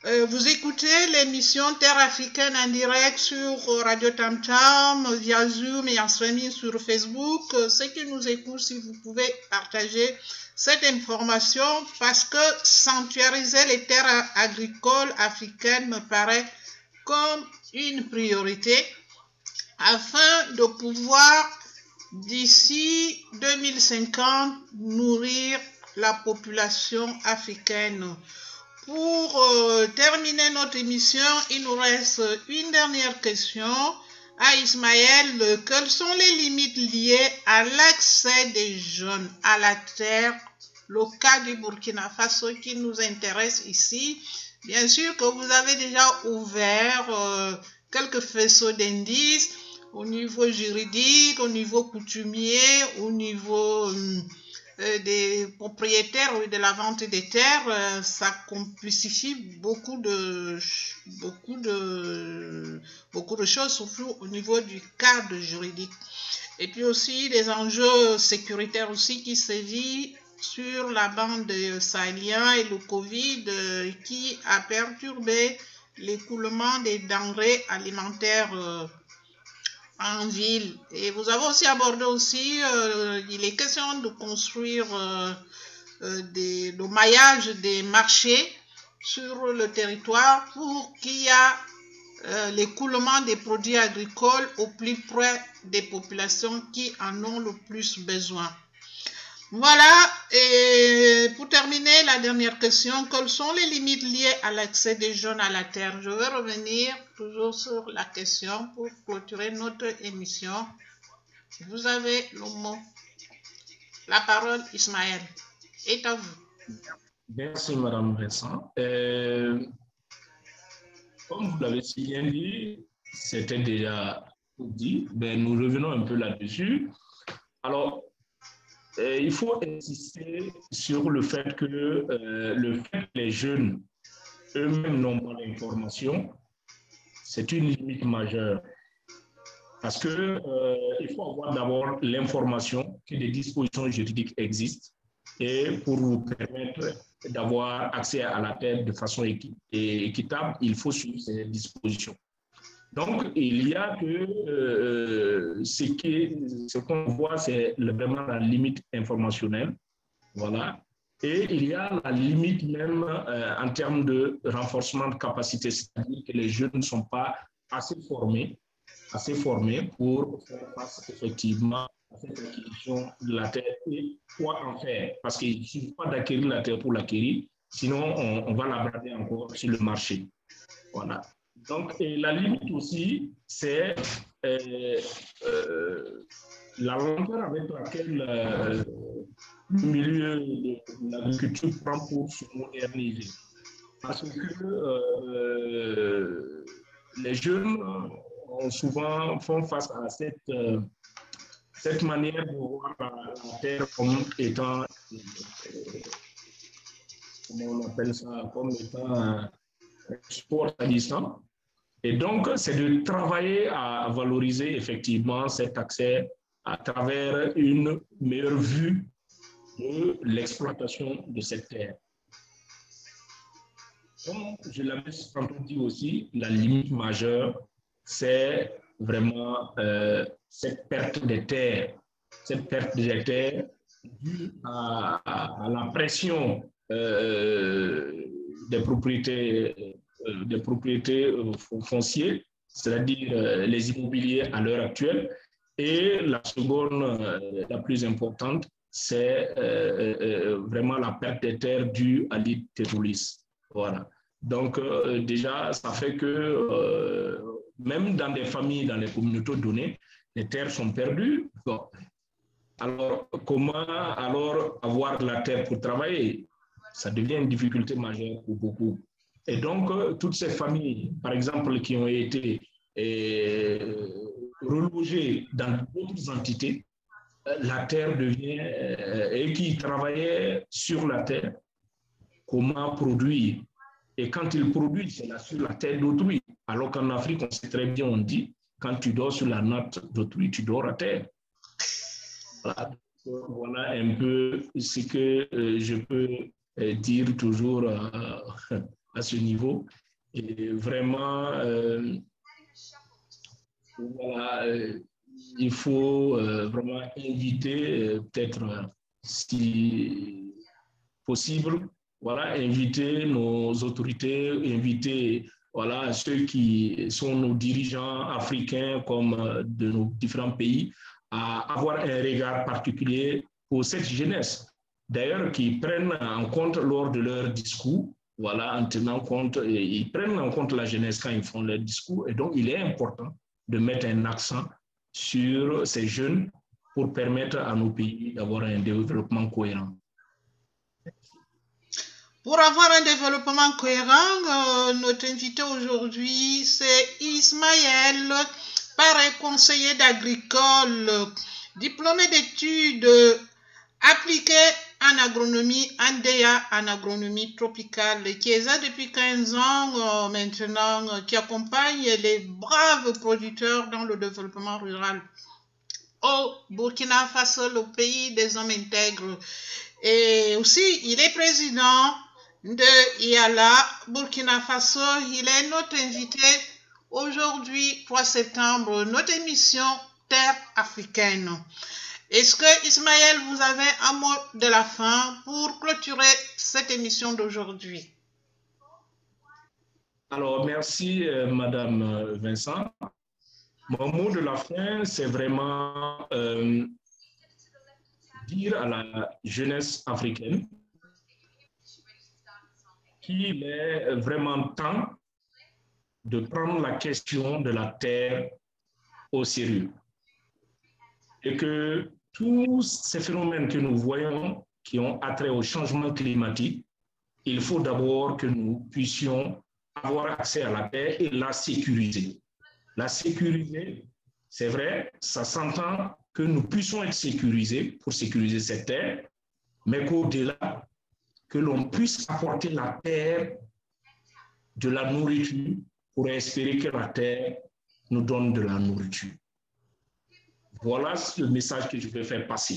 Vous écoutez l'émission Terre africaine en direct sur Radio Tam Tam, via Zoom et en streaming sur Facebook. Ceux qui nous écoutent, si vous pouvez partager cette information, parce que sanctuariser les terres agricoles africaines me paraît comme une priorité afin de pouvoir, d'ici 2050, nourrir la population africaine. Pour terminer notre émission, il nous reste une dernière question à Ismaël. Quelles sont les limites liées à l'accès des jeunes à la terre, le cas du Burkina Faso qui nous intéresse ici? Bien sûr que vous avez déjà ouvert quelques faisceaux d'indices au niveau juridique, au niveau coutumier, au niveau des propriétaires de la vente des terres. Ça complexifie beaucoup de choses, surtout au niveau du cadre juridique. Et puis aussi des enjeux sécuritaires aussi qui sévissent sur la bande sahélienne et le Covid qui a perturbé l'écoulement des denrées alimentaires en ville. Et vous avez aussi abordé aussi, il est question de construire le maillage des marchés sur le territoire pour qu'il y ait l'écoulement des produits agricoles au plus près des populations qui en ont le plus besoin. Voilà, et pour terminer, la dernière question, quelles sont les limites liées à l'accès des jeunes à la terre? Je vais revenir toujours sur la question pour clôturer notre émission. Vous avez le mot. La parole, Ismaël, est à vous. Merci, Madame Vincent. Comme vous l'avez si bien dit, c'était déjà dit, mais nous revenons un peu là-dessus. Alors, il faut insister sur le fait que les jeunes eux-mêmes n'ont pas l'information, c'est une limite majeure. Parce que il faut avoir d'abord l'information que des dispositions juridiques existent et pour vous permettre d'avoir accès à la terre de façon équitable, il faut suivre ces dispositions. Donc, il y a que ce qu'on voit, c'est vraiment la limite informationnelle. Voilà. Et il y a la limite même en termes de renforcement de capacité, c'est-à-dire que les jeunes ne sont pas assez formés pour faire face effectivement à cette acquisition de la terre et quoi en faire. Parce qu'il ne suffit pas d'acquérir la terre pour l'acquérir, sinon on va la brader encore sur le marché. Voilà. Donc, et la limite aussi, c'est la longueur avec laquelle le milieu de l'agriculture prend pour se moderniser. Parce que les jeunes souvent font face à cette manière de voir la terre comme étant, comment on appelle ça, comme étant un sport à distance. Et donc, c'est de travailler à valoriser effectivement cet accès à travers une meilleure vue de l'exploitation de cette terre. Comme je l'avais tantôt dit aussi, la limite majeure, c'est vraiment cette perte des terres due à la pression des propriétés foncières, c'est-à-dire les immobiliers à l'heure actuelle. Et la seconde, la plus importante, c'est vraiment la perte des terres due à l'île terroriste. Voilà. Donc, déjà, ça fait que même dans des familles, dans les communautés données, les terres sont perdues. Bon. Alors, comment alors avoir de la terre pour travailler? Ça devient une difficulté majeure pour beaucoup. Et donc, toutes ces familles, par exemple, qui ont été relogées dans d'autres entités, la terre devient, et qui travaillaient sur la terre, comment produire. Et quand ils produisent, c'est là sur la terre d'autrui. Alors qu'en Afrique, on sait très bien, on dit, quand tu dors sur la natte d'autrui, tu dors à terre. Voilà, voilà un peu ce que je peux dire toujours à ce niveau. Et vraiment, voilà, il faut vraiment inviter, peut-être si possible, voilà, inviter nos autorités, inviter voilà, ceux qui sont nos dirigeants africains comme de nos différents pays à avoir un regard particulier pour cette jeunesse. D'ailleurs, qui prennent en compte lors de leur discours, voilà, en tenant compte, ils prennent en compte la jeunesse quand ils font leur discours. Et donc, il est important de mettre un accent sur ces jeunes pour permettre à nos pays d'avoir un développement cohérent. Pour avoir un développement cohérent, notre invité aujourd'hui, c'est Ismaël Paré, conseiller d'agricole, diplômé d'études appliquées en agronomie, ANDEA, en agronomie tropicale, qui est là depuis 15 ans maintenant, qui accompagne les braves producteurs dans le développement rural au Burkina Faso, le pays des hommes intègres. Et aussi, il est président de IALA, Burkina Faso. Il est notre invité aujourd'hui, 3 septembre, notre émission Terre africaine. Est-ce que, Ismaël, vous avez un mot de la fin pour clôturer cette émission d'aujourd'hui? Alors, merci, Madame Vincent. Mon mot de la fin, c'est vraiment dire à la jeunesse africaine qu'il est vraiment temps de prendre la question de la terre au sérieux. Et que tous ces phénomènes que nous voyons qui ont attrait au changement climatique, il faut d'abord que nous puissions avoir accès à la terre et la sécuriser. La sécuriser, c'est vrai, ça s'entend que nous puissions être sécurisés pour sécuriser cette terre, mais qu'au-delà, que l'on puisse apporter la terre de la nourriture pour espérer que la terre nous donne de la nourriture. Voilà le message que je veux faire passer.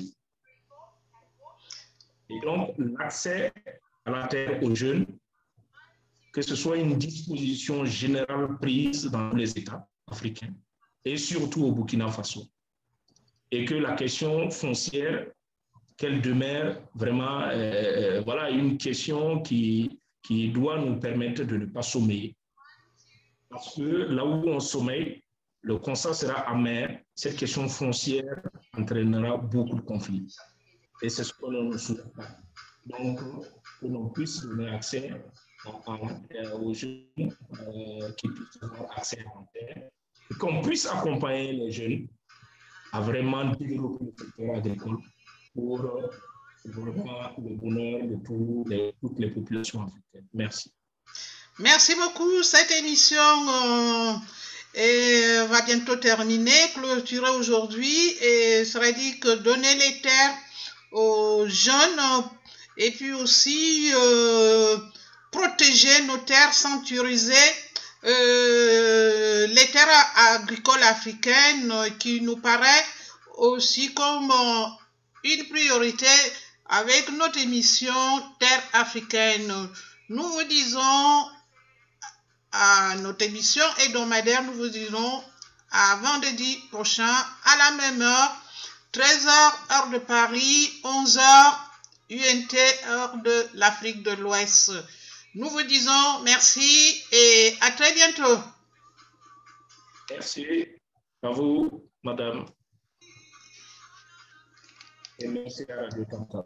Et donc, l'accès à la terre aux jeunes, que ce soit une disposition générale prise dans tous les États africains et surtout au Burkina Faso. Et que la question foncière, qu'elle demeure vraiment voilà, une question qui doit nous permettre de ne pas sommeiller. Parce que là où on sommeille, le constat sera amer. Cette question foncière entraînera beaucoup de conflits. Et c'est ce que l'on ne souhaite pas. Donc, que l'on puisse donner accès aux jeunes qui puissent avoir accès à la terre, et qu'on puisse accompagner les jeunes à vraiment développer le secteur agricole pour vraiment le bonheur de toutes les populations africaines. Merci. Merci beaucoup. Cette émission va bientôt terminer, clôturée aujourd'hui, et serait dit que donner les terres aux jeunes et puis aussi protéger nos terres, sanctuariser les terres agricoles africaines qui nous paraît aussi comme une priorité avec notre émission Terre africaine. Nous vous disons à notre émission hebdomadaire, nous vous dirons à vendredi prochain à la même heure, 13h heure de Paris, 11h UNT heure de l'Afrique de l'Ouest. Nous vous disons merci et à très bientôt. Merci à vous, madame. Et merci à Radio Tamta.